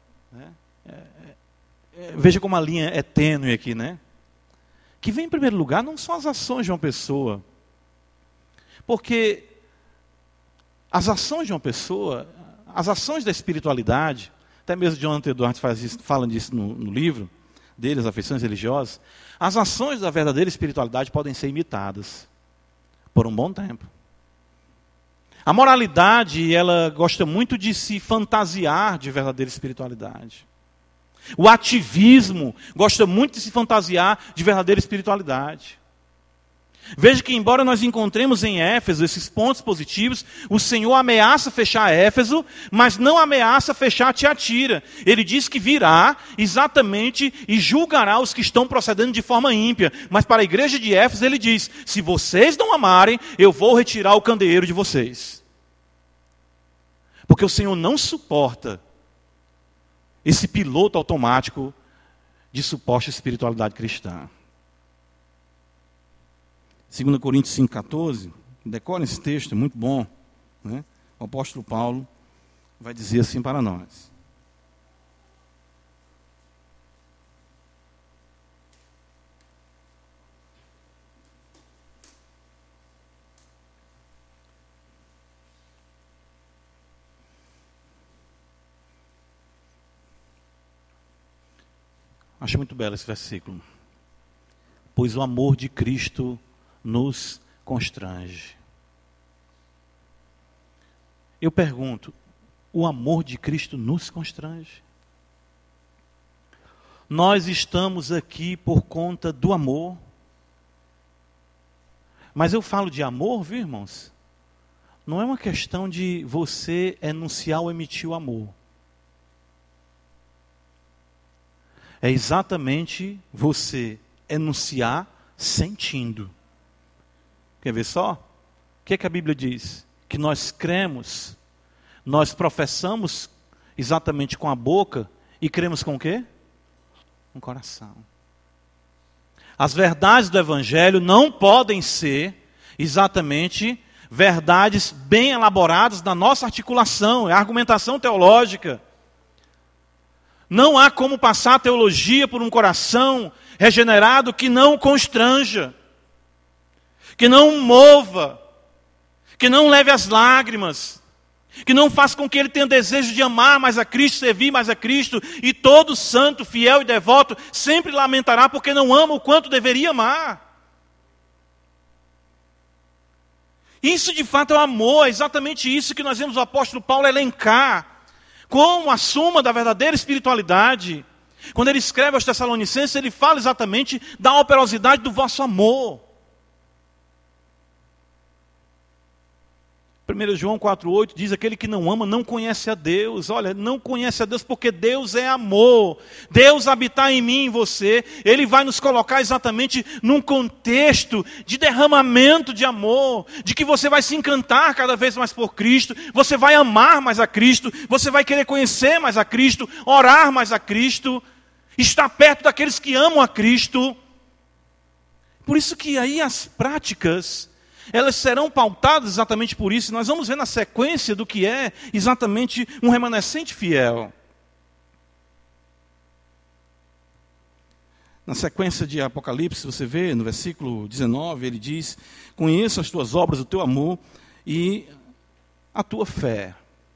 veja como a linha é tênue aqui, né? O que vem em primeiro lugar não são as ações de uma pessoa. Porque as ações de uma pessoa, as ações da espiritualidade, até mesmo Jonathan Edwards fala disso no livro dele, As Afeições Religiosas, as ações da verdadeira espiritualidade podem ser imitadas por um bom tempo. A moralidade, ela gosta muito de se fantasiar de verdadeira espiritualidade. O ativismo gosta muito de se fantasiar de verdadeira espiritualidade. Veja que embora nós encontremos em Éfeso esses pontos positivos, o Senhor ameaça fechar Éfeso, mas não ameaça fechar Tiatira. Ele diz que virá exatamente e julgará os que estão procedendo de forma ímpia. Mas para a igreja de Éfeso ele diz, se vocês não amarem, eu vou retirar o candeeiro de vocês. Porque o Senhor não suporta esse piloto automático de suposta espiritualidade cristã. 2 Coríntios 5,14, decorem esse texto, é muito bom, né? O apóstolo Paulo vai dizer assim para nós. Acho muito belo esse versículo. Pois o amor de Cristo nos constrange. Eu pergunto, o amor de Cristo nos constrange? Nós estamos aqui por conta do amor. Mas eu falo de amor, viu, irmãos? Não é uma questão de você enunciar ou emitir o amor. É exatamente você enunciar sentindo. Quer ver só? O que é que a Bíblia diz? Que nós cremos, nós professamos exatamente com a boca e cremos com o quê? Com o coração. As verdades do Evangelho não podem ser exatamente verdades bem elaboradas na nossa articulação, é a argumentação teológica. Não há como passar a teologia por um coração regenerado que não constranja, que não mova, que não leve as lágrimas, que não faça com que ele tenha desejo de amar mais a Cristo, servir mais a Cristo, e todo santo, fiel e devoto sempre lamentará porque não ama o quanto deveria amar. Isso de fato é o amor, é exatamente isso que nós vemos o apóstolo Paulo elencar como a soma da verdadeira espiritualidade. Quando ele escreve aos Tessalonicenses, ele fala exatamente da operosidade do vosso amor. 1 João 4,8 diz: aquele que não ama não conhece a Deus. Olha, não conhece a Deus porque Deus é amor. Deus habitar em mim e em você, Ele vai nos colocar exatamente num contexto de derramamento de amor, de que você vai se encantar cada vez mais por Cristo, você vai amar mais a Cristo, você vai querer conhecer mais a Cristo, orar mais a Cristo, estar perto daqueles que amam a Cristo. Por isso que aí as práticas, elas serão pautadas exatamente por isso. Nós vamos ver na sequência do que é exatamente um remanescente fiel. Na sequência de Apocalipse, você vê no versículo 19, ele diz: conheço as tuas obras, o teu amor e a tua fé.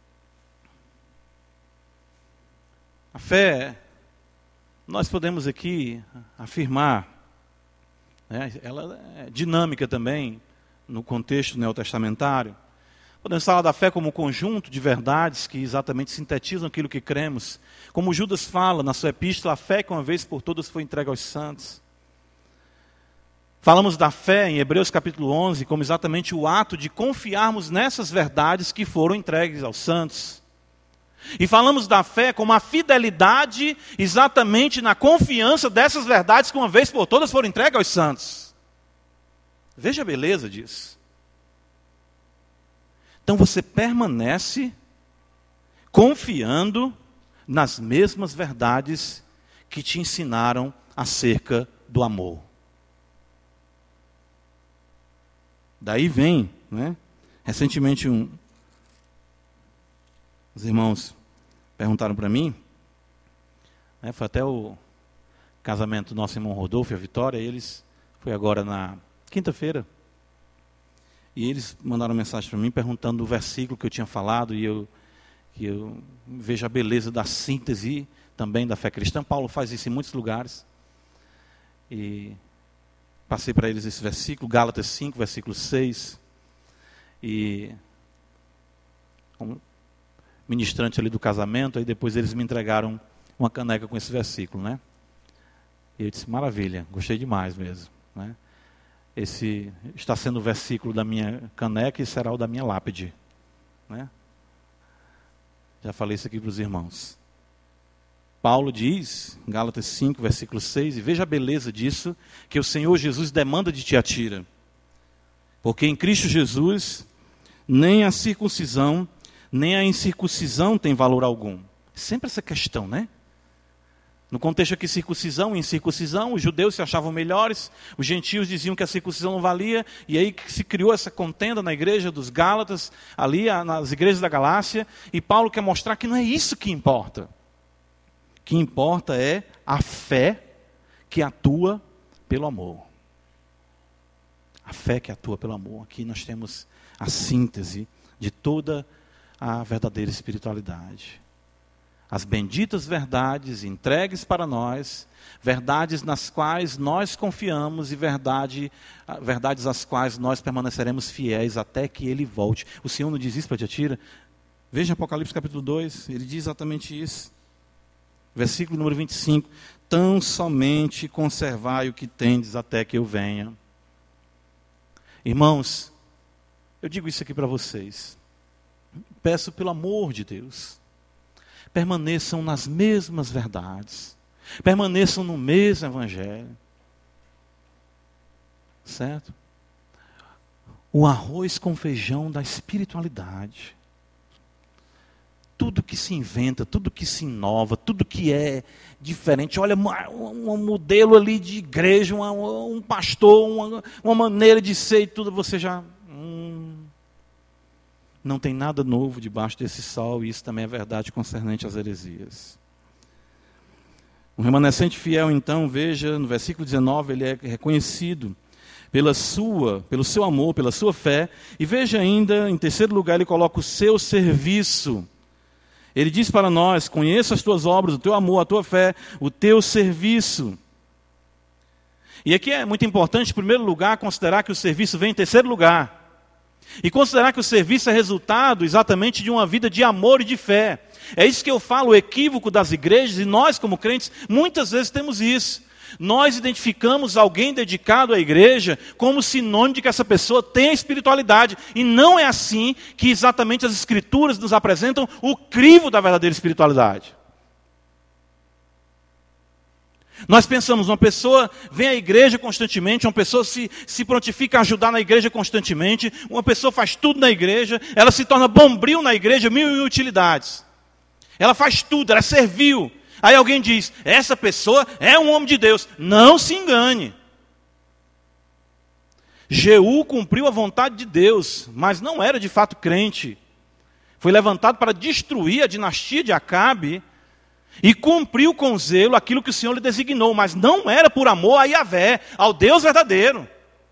A fé, nós podemos aqui afirmar, né, ela é dinâmica também, no contexto neotestamentário. Podemos falar da fé como um conjunto de verdades que exatamente sintetizam aquilo que cremos. Como Judas fala na sua epístola, a fé que uma vez por todas foi entregue aos santos. Falamos da fé em Hebreus capítulo 11 como exatamente o ato de confiarmos nessas verdades que foram entregues aos santos. E falamos da fé como a fidelidade exatamente na confiança dessas verdades que uma vez por todas foram entregues aos santos. Veja a beleza disso. Então você permanece confiando nas mesmas verdades que te ensinaram acerca do amor. Daí vem, né? Recentemente os irmãos perguntaram para mim, né, foi até o casamento do nosso irmão Rodolfo e a Vitória, foi agora na quinta-feira, e eles mandaram mensagem para mim perguntando do versículo que eu tinha falado, e eu vejo a beleza da síntese também da fé cristã. Paulo faz isso em muitos lugares, e passei para eles esse versículo, Gálatas 5, versículo 6, e como ministrante ali do casamento, aí depois eles me entregaram uma caneca com esse versículo, né? E eu disse: maravilha, gostei demais mesmo, né? Esse está sendo o versículo da minha caneca e será o da minha lápide, né? Já falei isso aqui para os irmãos. Paulo diz, em Gálatas 5, versículo 6, e veja a beleza disso, que o Senhor Jesus demanda de Tiatira. Porque em Cristo Jesus, nem a circuncisão, nem a incircuncisão tem valor algum. Sempre essa questão, né? No contexto aqui, circuncisão e incircuncisão, os judeus se achavam melhores, os gentios diziam que a circuncisão não valia, e aí se criou essa contenda na igreja dos Gálatas, ali nas igrejas da Galácia, e Paulo quer mostrar que não é isso que importa. O que importa é a fé que atua pelo amor. A fé que atua pelo amor. Aqui nós temos a síntese de toda a verdadeira espiritualidade. As benditas verdades entregues para nós, verdades nas quais nós confiamos e verdades às quais nós permaneceremos fiéis até que Ele volte. O Senhor não diz isso para Tiatira? Veja Apocalipse capítulo 2, ele diz exatamente isso. Versículo número 25. Tão somente conservai o que tendes até que eu venha. Irmãos, eu digo isso aqui para vocês. Peço pelo amor de Deus, permaneçam nas mesmas verdades, permaneçam no mesmo evangelho, certo? O arroz com feijão da espiritualidade. Tudo que se inventa, tudo que se inova, tudo que é diferente. Olha, um modelo ali de igreja, um pastor, uma maneira de ser e tudo, você já... Não tem nada novo debaixo desse sol, e isso também é verdade concernente às heresias. Um remanescente fiel, então, veja, no versículo 19, ele é reconhecido pelo seu amor, pela sua fé. E veja ainda, em terceiro lugar, ele coloca o seu serviço. Ele diz para nós: conheço as tuas obras, o teu amor, a tua fé, o teu serviço. E aqui é muito importante, em primeiro lugar, considerar que o serviço vem em terceiro lugar. E considerar que o serviço é resultado exatamente de uma vida de amor e de fé. É isso que eu falo, o equívoco das igrejas, e nós como crentes, muitas vezes temos isso. Nós identificamos alguém dedicado à igreja como sinônimo de que essa pessoa tem espiritualidade. E não é assim que exatamente as Escrituras nos apresentam o crivo da verdadeira espiritualidade. Nós pensamos, uma pessoa vem à igreja constantemente, uma pessoa se prontifica a ajudar na igreja constantemente, uma pessoa faz tudo na igreja, ela se torna bombril na igreja, mil e utilidades. Ela faz tudo, ela é servil. Aí alguém diz, essa pessoa é um homem de Deus. Não se engane. Jeú cumpriu a vontade de Deus, mas não era de fato crente. Foi levantado para destruir a dinastia de Acabe e cumpriu com zelo aquilo que o Senhor lhe designou, mas não era por amor a Yahvé, ao Deus verdadeiro.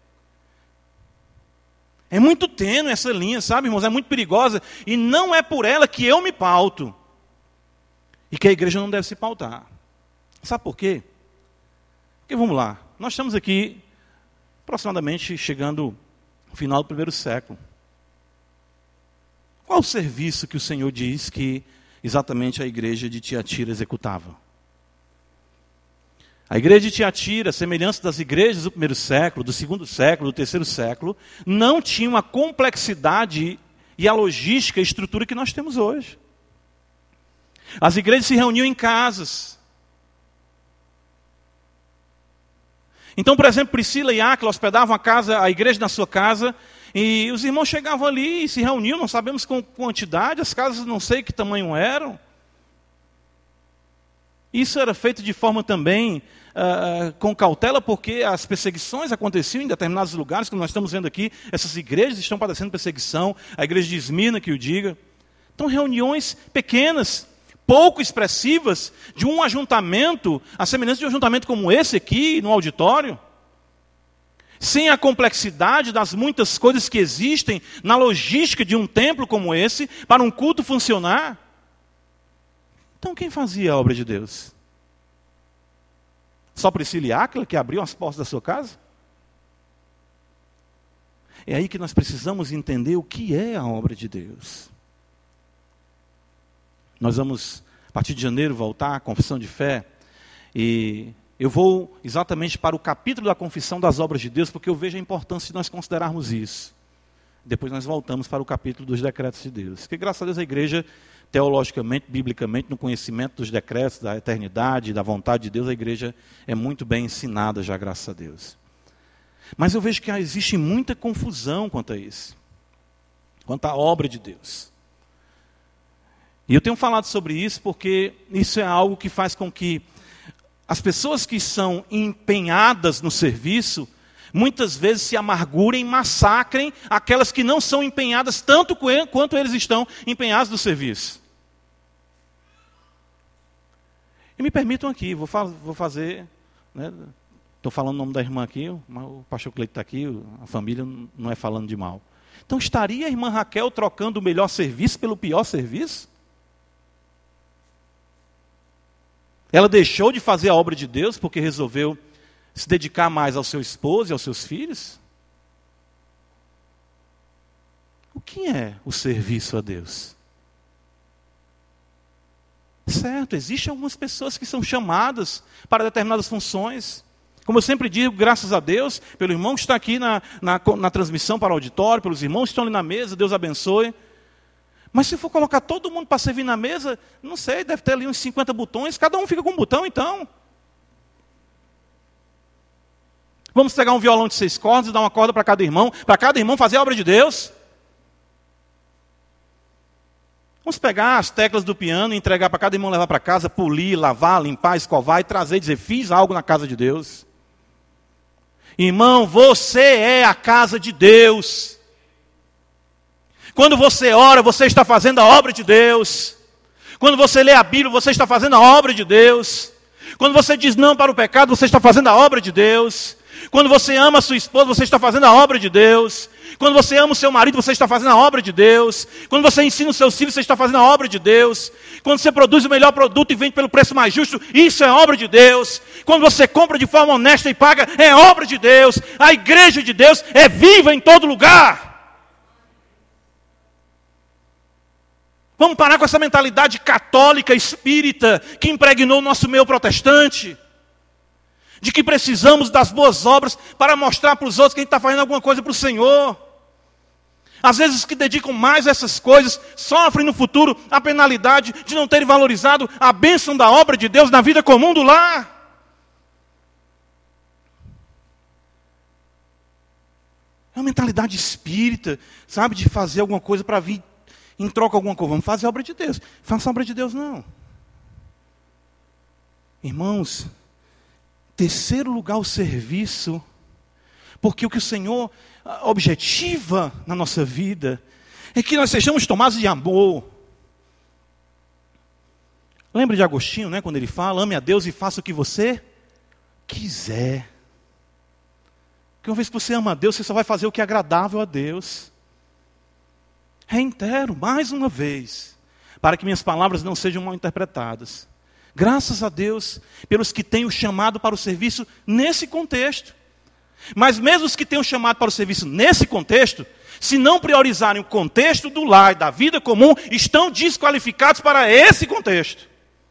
É muito tênue essa linha, sabe, irmãos? É muito perigosa, e não é por ela que eu me pauto. E que a igreja não deve se pautar. Sabe por quê? Porque vamos lá, nós estamos aqui aproximadamente chegando ao final do primeiro século. Qual o serviço que o Senhor diz que exatamente a igreja de Tiatira executava? A igreja de Tiatira, semelhança das igrejas do primeiro século, do segundo século, do terceiro século, não tinha a complexidade e a logística e estrutura que nós temos hoje. As igrejas se reuniam em casas. Então, por exemplo, Priscila e Áquila hospedavam a igreja na sua casa, e os irmãos chegavam ali e se reuniam, não sabemos com quantidade, as casas não sei que tamanho eram. Isso era feito de forma também com cautela, porque as perseguições aconteciam em determinados lugares, como nós estamos vendo aqui, essas igrejas estão padecendo perseguição, a igreja de Esmirna que o diga. Então, reuniões pequenas, pouco expressivas, de um ajuntamento, a semelhança de um ajuntamento como esse aqui, no auditório, sem a complexidade das muitas coisas que existem na logística de um templo como esse, para um culto funcionar. Então quem fazia a obra de Deus? Só Priscila e Áquila, que abriam as portas da sua casa? É aí que nós precisamos entender o que é a obra de Deus. Nós vamos, a partir de janeiro, voltar à confissão de fé. E eu vou exatamente para o capítulo da confissão das obras de Deus, porque eu vejo a importância de nós considerarmos isso. Depois nós voltamos para o capítulo dos decretos de Deus. Porque graças a Deus a igreja, teologicamente, biblicamente, no conhecimento dos decretos, da eternidade, da vontade de Deus, a igreja é muito bem ensinada já, graças a Deus. Mas eu vejo que existe muita confusão quanto a isso. Quanto à obra de Deus. E eu tenho falado sobre isso porque isso é algo que faz com que as pessoas que são empenhadas no serviço, muitas vezes se amargurem, massacrem aquelas que não são empenhadas tanto quanto eles estão empenhados no serviço. E me permitam aqui, vou fazer, estou falando o nome da irmã aqui, o pastor Cleito está aqui, a família não é falando de mal. Então estaria a irmã Raquel trocando o melhor serviço pelo pior serviço? Ela deixou de fazer a obra de Deus porque resolveu se dedicar mais ao seu esposo e aos seus filhos? O que é o serviço a Deus? Certo, existem algumas pessoas que são chamadas para determinadas funções. Como eu sempre digo, graças a Deus, pelo irmão que está aqui na transmissão para o auditório, pelos irmãos que estão ali na mesa, Deus abençoe. Mas se for colocar todo mundo para servir na mesa, não sei, deve ter ali uns 50 botões, cada um fica com um botão então. Vamos pegar um violão de 6 cordas e dar uma corda para cada irmão fazer a obra de Deus. Vamos pegar as teclas do piano e entregar para cada irmão, levar para casa, polir, lavar, limpar, escovar e trazer e dizer, fiz algo na casa de Deus. Irmão, você é a casa de Deus. Quando você ora, você está fazendo a obra de Deus. Quando você lê a Bíblia, você está fazendo a obra de Deus. Quando você diz não para o pecado, você está fazendo a obra de Deus. Quando você ama a sua esposa, você está fazendo a obra de Deus. Quando você ama o seu marido, você está fazendo a obra de Deus. Quando você ensina os seus filhos, você está fazendo a obra de Deus. Quando você produz o melhor produto e vende pelo preço mais justo, isso é obra de Deus. Quando você compra de forma honesta e paga, é obra de Deus. A igreja de Deus é viva em todo lugar. Vamos parar com essa mentalidade católica, espírita, que impregnou o nosso meio protestante. De que precisamos das boas obras para mostrar para os outros que a gente está fazendo alguma coisa para o Senhor. Às vezes os que dedicam mais a essas coisas sofrem no futuro a penalidade de não terem valorizado a bênção da obra de Deus na vida comum do lar. É uma mentalidade espírita, sabe, de fazer alguma coisa para vir em troca alguma coisa. Vamos fazer a obra de Deus. Faça a obra de Deus, não. Irmãos, terceiro lugar, o serviço. Porque o que o Senhor objetiva na nossa vida é que nós sejamos tomados de amor. Lembra de Agostinho, né, quando ele fala: ame a Deus e faça o que você quiser. Porque uma vez que você ama a Deus, você só vai fazer o que é agradável a Deus. Reitero mais uma vez, para que minhas palavras não sejam mal interpretadas. Graças a Deus pelos que têm o chamado para o serviço nesse contexto. Mas mesmo os que têm o chamado para o serviço nesse contexto, se não priorizarem o contexto do lar e da vida comum, estão desqualificados para esse contexto.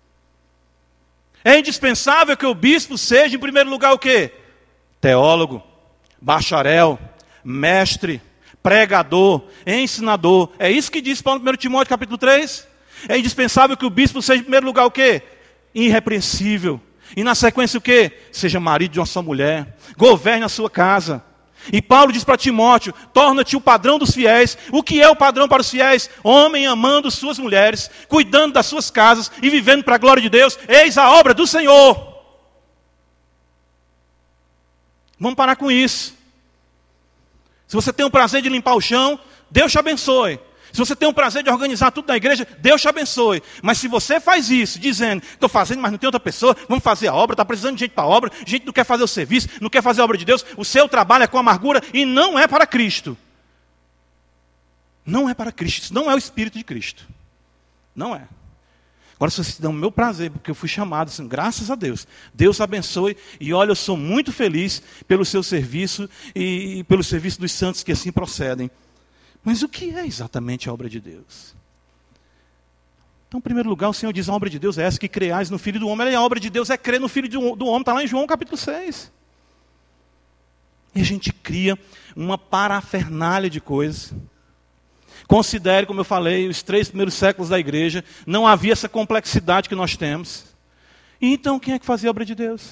É indispensável que o bispo seja, em primeiro lugar, o quê? Teólogo, bacharel, mestre, pregador, ensinador. É isso que diz Paulo no 1 Timóteo capítulo 3. É indispensável que o bispo seja, em primeiro lugar, o quê? Irrepreensível. E na sequência o quê? Seja marido de uma só mulher. Governe a sua casa. E Paulo diz para Timóteo: torna-te o padrão dos fiéis. O que é o padrão para os fiéis? Homem amando suas mulheres, cuidando das suas casas e vivendo para a glória de Deus. Eis a obra do Senhor. Vamos parar com isso. Se você tem o prazer de limpar o chão, Deus te abençoe. Se você tem o prazer de organizar tudo na igreja, Deus te abençoe. Mas se você faz isso, dizendo: estou fazendo, mas não tem outra pessoa, vamos fazer a obra, está precisando de gente para a obra, gente não quer fazer o serviço, não quer fazer a obra de Deus, o seu trabalho é com amargura e não é para Cristo. Não é para Cristo, isso não é o Espírito de Cristo. Não é. Agora, se vocês dão o meu prazer, porque eu fui chamado, assim, graças a Deus, Deus abençoe, e olha, eu sou muito feliz pelo seu serviço e pelo serviço dos santos que assim procedem. Mas o que é exatamente a obra de Deus? Então, em primeiro lugar, o Senhor diz: a obra de Deus é essa, que creais no Filho do Homem. E a obra de Deus é crer no Filho do Homem, está lá em João capítulo 6. E a gente cria uma parafernália de coisas. Considere, como eu falei, os 3 primeiros séculos da igreja, não havia essa complexidade que nós temos. E então, quem é que fazia a obra de Deus?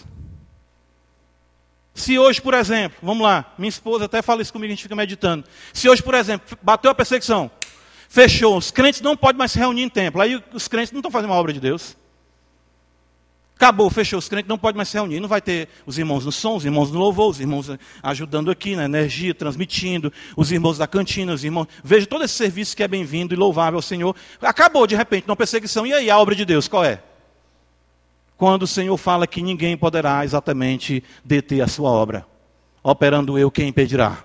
Se hoje, por exemplo, vamos lá, minha esposa até fala isso comigo, a gente fica meditando. Se hoje, por exemplo, bateu a perseguição, fechou, os crentes não podem mais se reunir em templo, aí os crentes não estão fazendo uma obra de Deus. Acabou, fechou, os crentes não podem mais se reunir, não vai ter os irmãos no som, os irmãos no louvor, os irmãos ajudando aqui na energia, transmitindo, os irmãos da cantina, os irmãos... Veja todo esse serviço que é bem-vindo e louvável ao Senhor. Acabou, de repente, numa perseguição, e aí a obra de Deus, qual é? Quando o Senhor fala que ninguém poderá exatamente deter a sua obra. Operando eu, quem impedirá?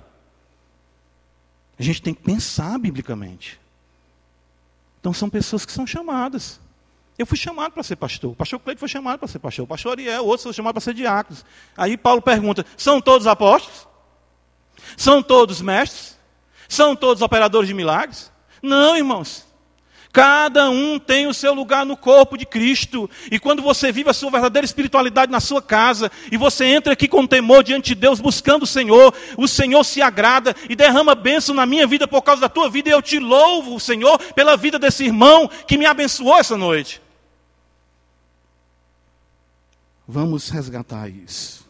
A gente tem que pensar biblicamente. Então são pessoas que são chamadas. Eu fui chamado para ser pastor. O pastor Cleito foi chamado para ser pastor. O pastor Ariel, outros foram chamados para ser diáconos. Aí Paulo pergunta: são todos apóstolos? São todos mestres? São todos operadores de milagres? Não, irmãos. Cada um tem o seu lugar no corpo de Cristo. E quando você vive a sua verdadeira espiritualidade na sua casa, e você entra aqui com temor diante de Deus, buscando o Senhor se agrada e derrama bênção na minha vida por causa da tua vida. E eu te louvo, Senhor, pela vida desse irmão que me abençoou essa noite. Vamos resgatar isso.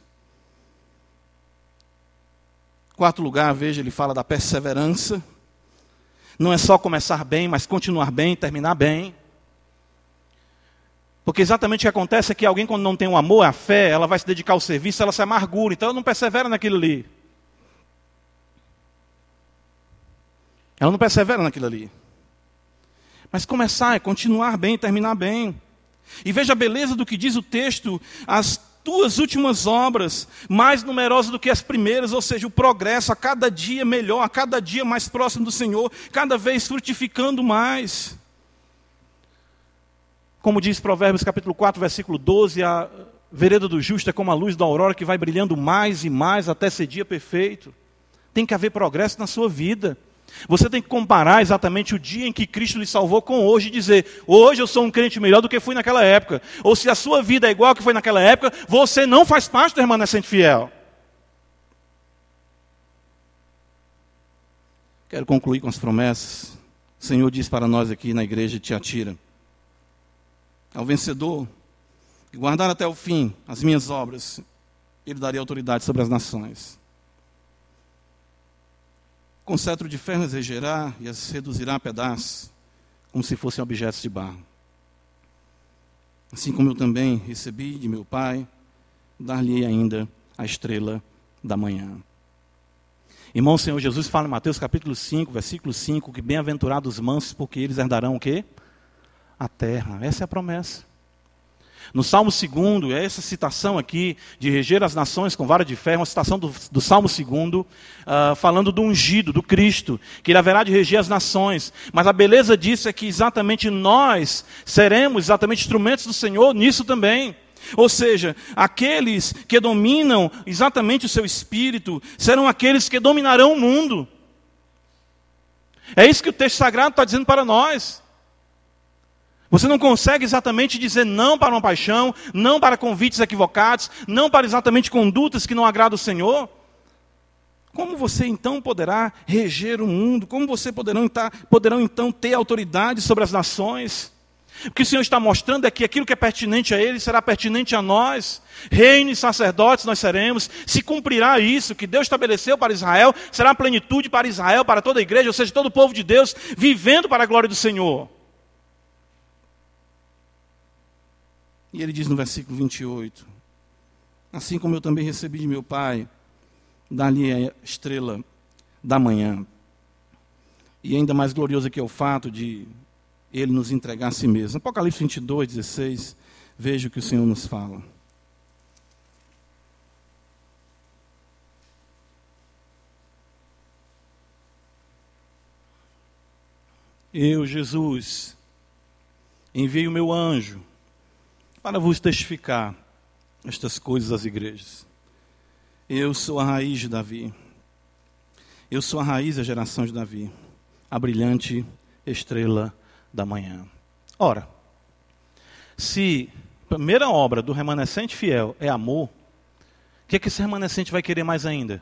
Quarto lugar, veja, ele fala da perseverança. Não é só começar bem, mas continuar bem, terminar bem. Porque exatamente o que acontece é que alguém, quando não tem o amor, a fé, ela vai se dedicar ao serviço, ela se amargura, então ela não persevera naquilo ali. Ela não persevera naquilo ali. Mas começar é continuar bem, terminar bem. E veja a beleza do que diz o texto: as tuas últimas obras, mais numerosas do que as primeiras, ou seja, o progresso a cada dia melhor, a cada dia mais próximo do Senhor, cada vez frutificando mais. Como diz Provérbios capítulo 4, versículo 12, a vereda do justo é como a luz da aurora que vai brilhando mais e mais até ser dia perfeito. Tem que haver progresso na sua vida. Você tem que comparar exatamente o dia em que Cristo lhe salvou com hoje e dizer: hoje eu sou um crente melhor do que fui naquela época. Ou se a sua vida é igual a que foi naquela época, você não faz parte do remanescente fiel. Quero concluir com as promessas. O Senhor diz para nós aqui na igreja de Tiatira: ao vencedor, que guardar até o fim as minhas obras, Ele daria autoridade sobre as nações. Com cetro de ferro as regerá e as reduzirá a pedaços, como se fossem objetos de barro. Assim como eu também recebi de meu Pai, dar-lhe ainda a estrela da manhã. Irmão, o Senhor Jesus fala em Mateus capítulo 5, versículo 5, que bem-aventurados os mansos, porque eles herdarão o quê? A terra. Essa é a promessa. No Salmo 2, essa citação aqui, de reger as nações com vara de ferro, uma citação do Salmo 2, falando do ungido, do Cristo, que ele haverá de reger as nações. Mas a beleza disso é que exatamente nós seremos exatamente instrumentos do Senhor nisso também. Ou seja, aqueles que dominam exatamente o seu espírito, serão aqueles que dominarão o mundo. É isso que o texto sagrado está dizendo para nós. Você não consegue exatamente dizer não para uma paixão, não para convites equivocados, não para exatamente condutas que não agradam o Senhor. Como você então poderá reger o mundo? Como você poderão então ter autoridade sobre as nações? O que o Senhor está mostrando é que aquilo que é pertinente a Ele será pertinente a nós. Reino e sacerdotes nós seremos. Se cumprirá isso que Deus estabeleceu para Israel, será a plenitude para Israel, para toda a igreja, ou seja, todo o povo de Deus, vivendo para a glória do Senhor. E ele diz no versículo 28, assim como eu também recebi de meu Pai, dá-lhe a estrela da manhã. E ainda mais glorioso aqui é o fato de Ele nos entregar a si mesmo. Apocalipse 22, 16, veja o que o Senhor nos fala. Eu, Jesus, enviei o meu anjo para vos testificar estas coisas às igrejas. Eu sou a raiz de Davi. Eu sou a raiz da geração de Davi, a brilhante estrela da manhã. Ora, se a primeira obra do remanescente fiel é amor, o que é que esse remanescente vai querer mais ainda?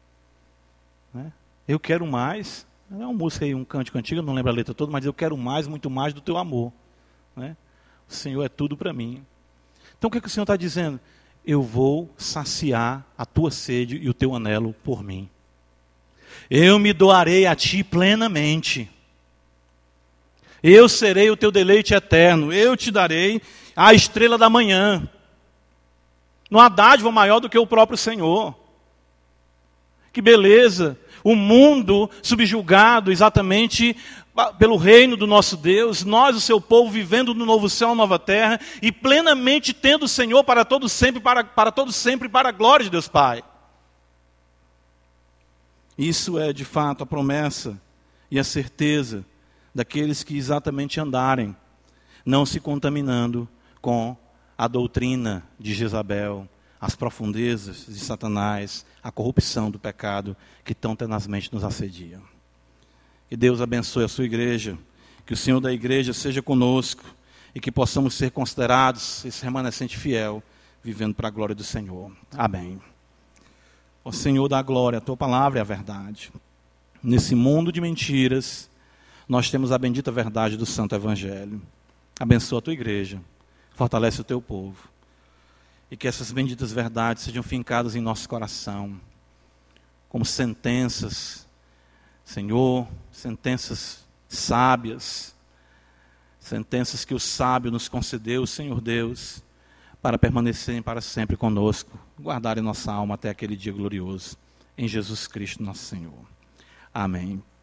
Eu quero mais. É uma música aí, um cântico antigo, não lembro a letra toda, mas eu quero mais, muito mais do teu amor. O Senhor é tudo para mim. Então o que é que o Senhor está dizendo? Eu vou saciar a tua sede e o teu anelo por mim. Eu me doarei a ti plenamente. Eu serei o teu deleite eterno. Eu te darei a estrela da manhã. Não há dádiva maior do que o próprio Senhor. Que beleza! O mundo subjugado exatamente pelo reino do nosso Deus, nós, o seu povo, vivendo no novo céu, na nova terra, e plenamente tendo o Senhor para todos sempre, para todos sempre, para a glória de Deus Pai. Isso é, de fato, a promessa e a certeza daqueles que exatamente andarem, não se contaminando com a doutrina de Jezabel, as profundezas de Satanás, a corrupção do pecado que tão tenazmente nos assediam. Que Deus abençoe a sua igreja, que o Senhor da igreja seja conosco e que possamos ser considerados esse remanescente fiel, vivendo para a glória do Senhor. Amém. Ó Senhor da glória, a tua palavra é a verdade. Nesse mundo de mentiras, nós temos a bendita verdade do Santo Evangelho. Abençoa a tua igreja, fortalece o teu povo. E que essas benditas verdades sejam fincadas em nosso coração, como sentenças, Senhor, sentenças sábias, sentenças que o sábio nos concedeu, Senhor Deus, para permanecerem para sempre conosco, guardarem nossa alma até aquele dia glorioso, em Jesus Cristo nosso Senhor. Amém.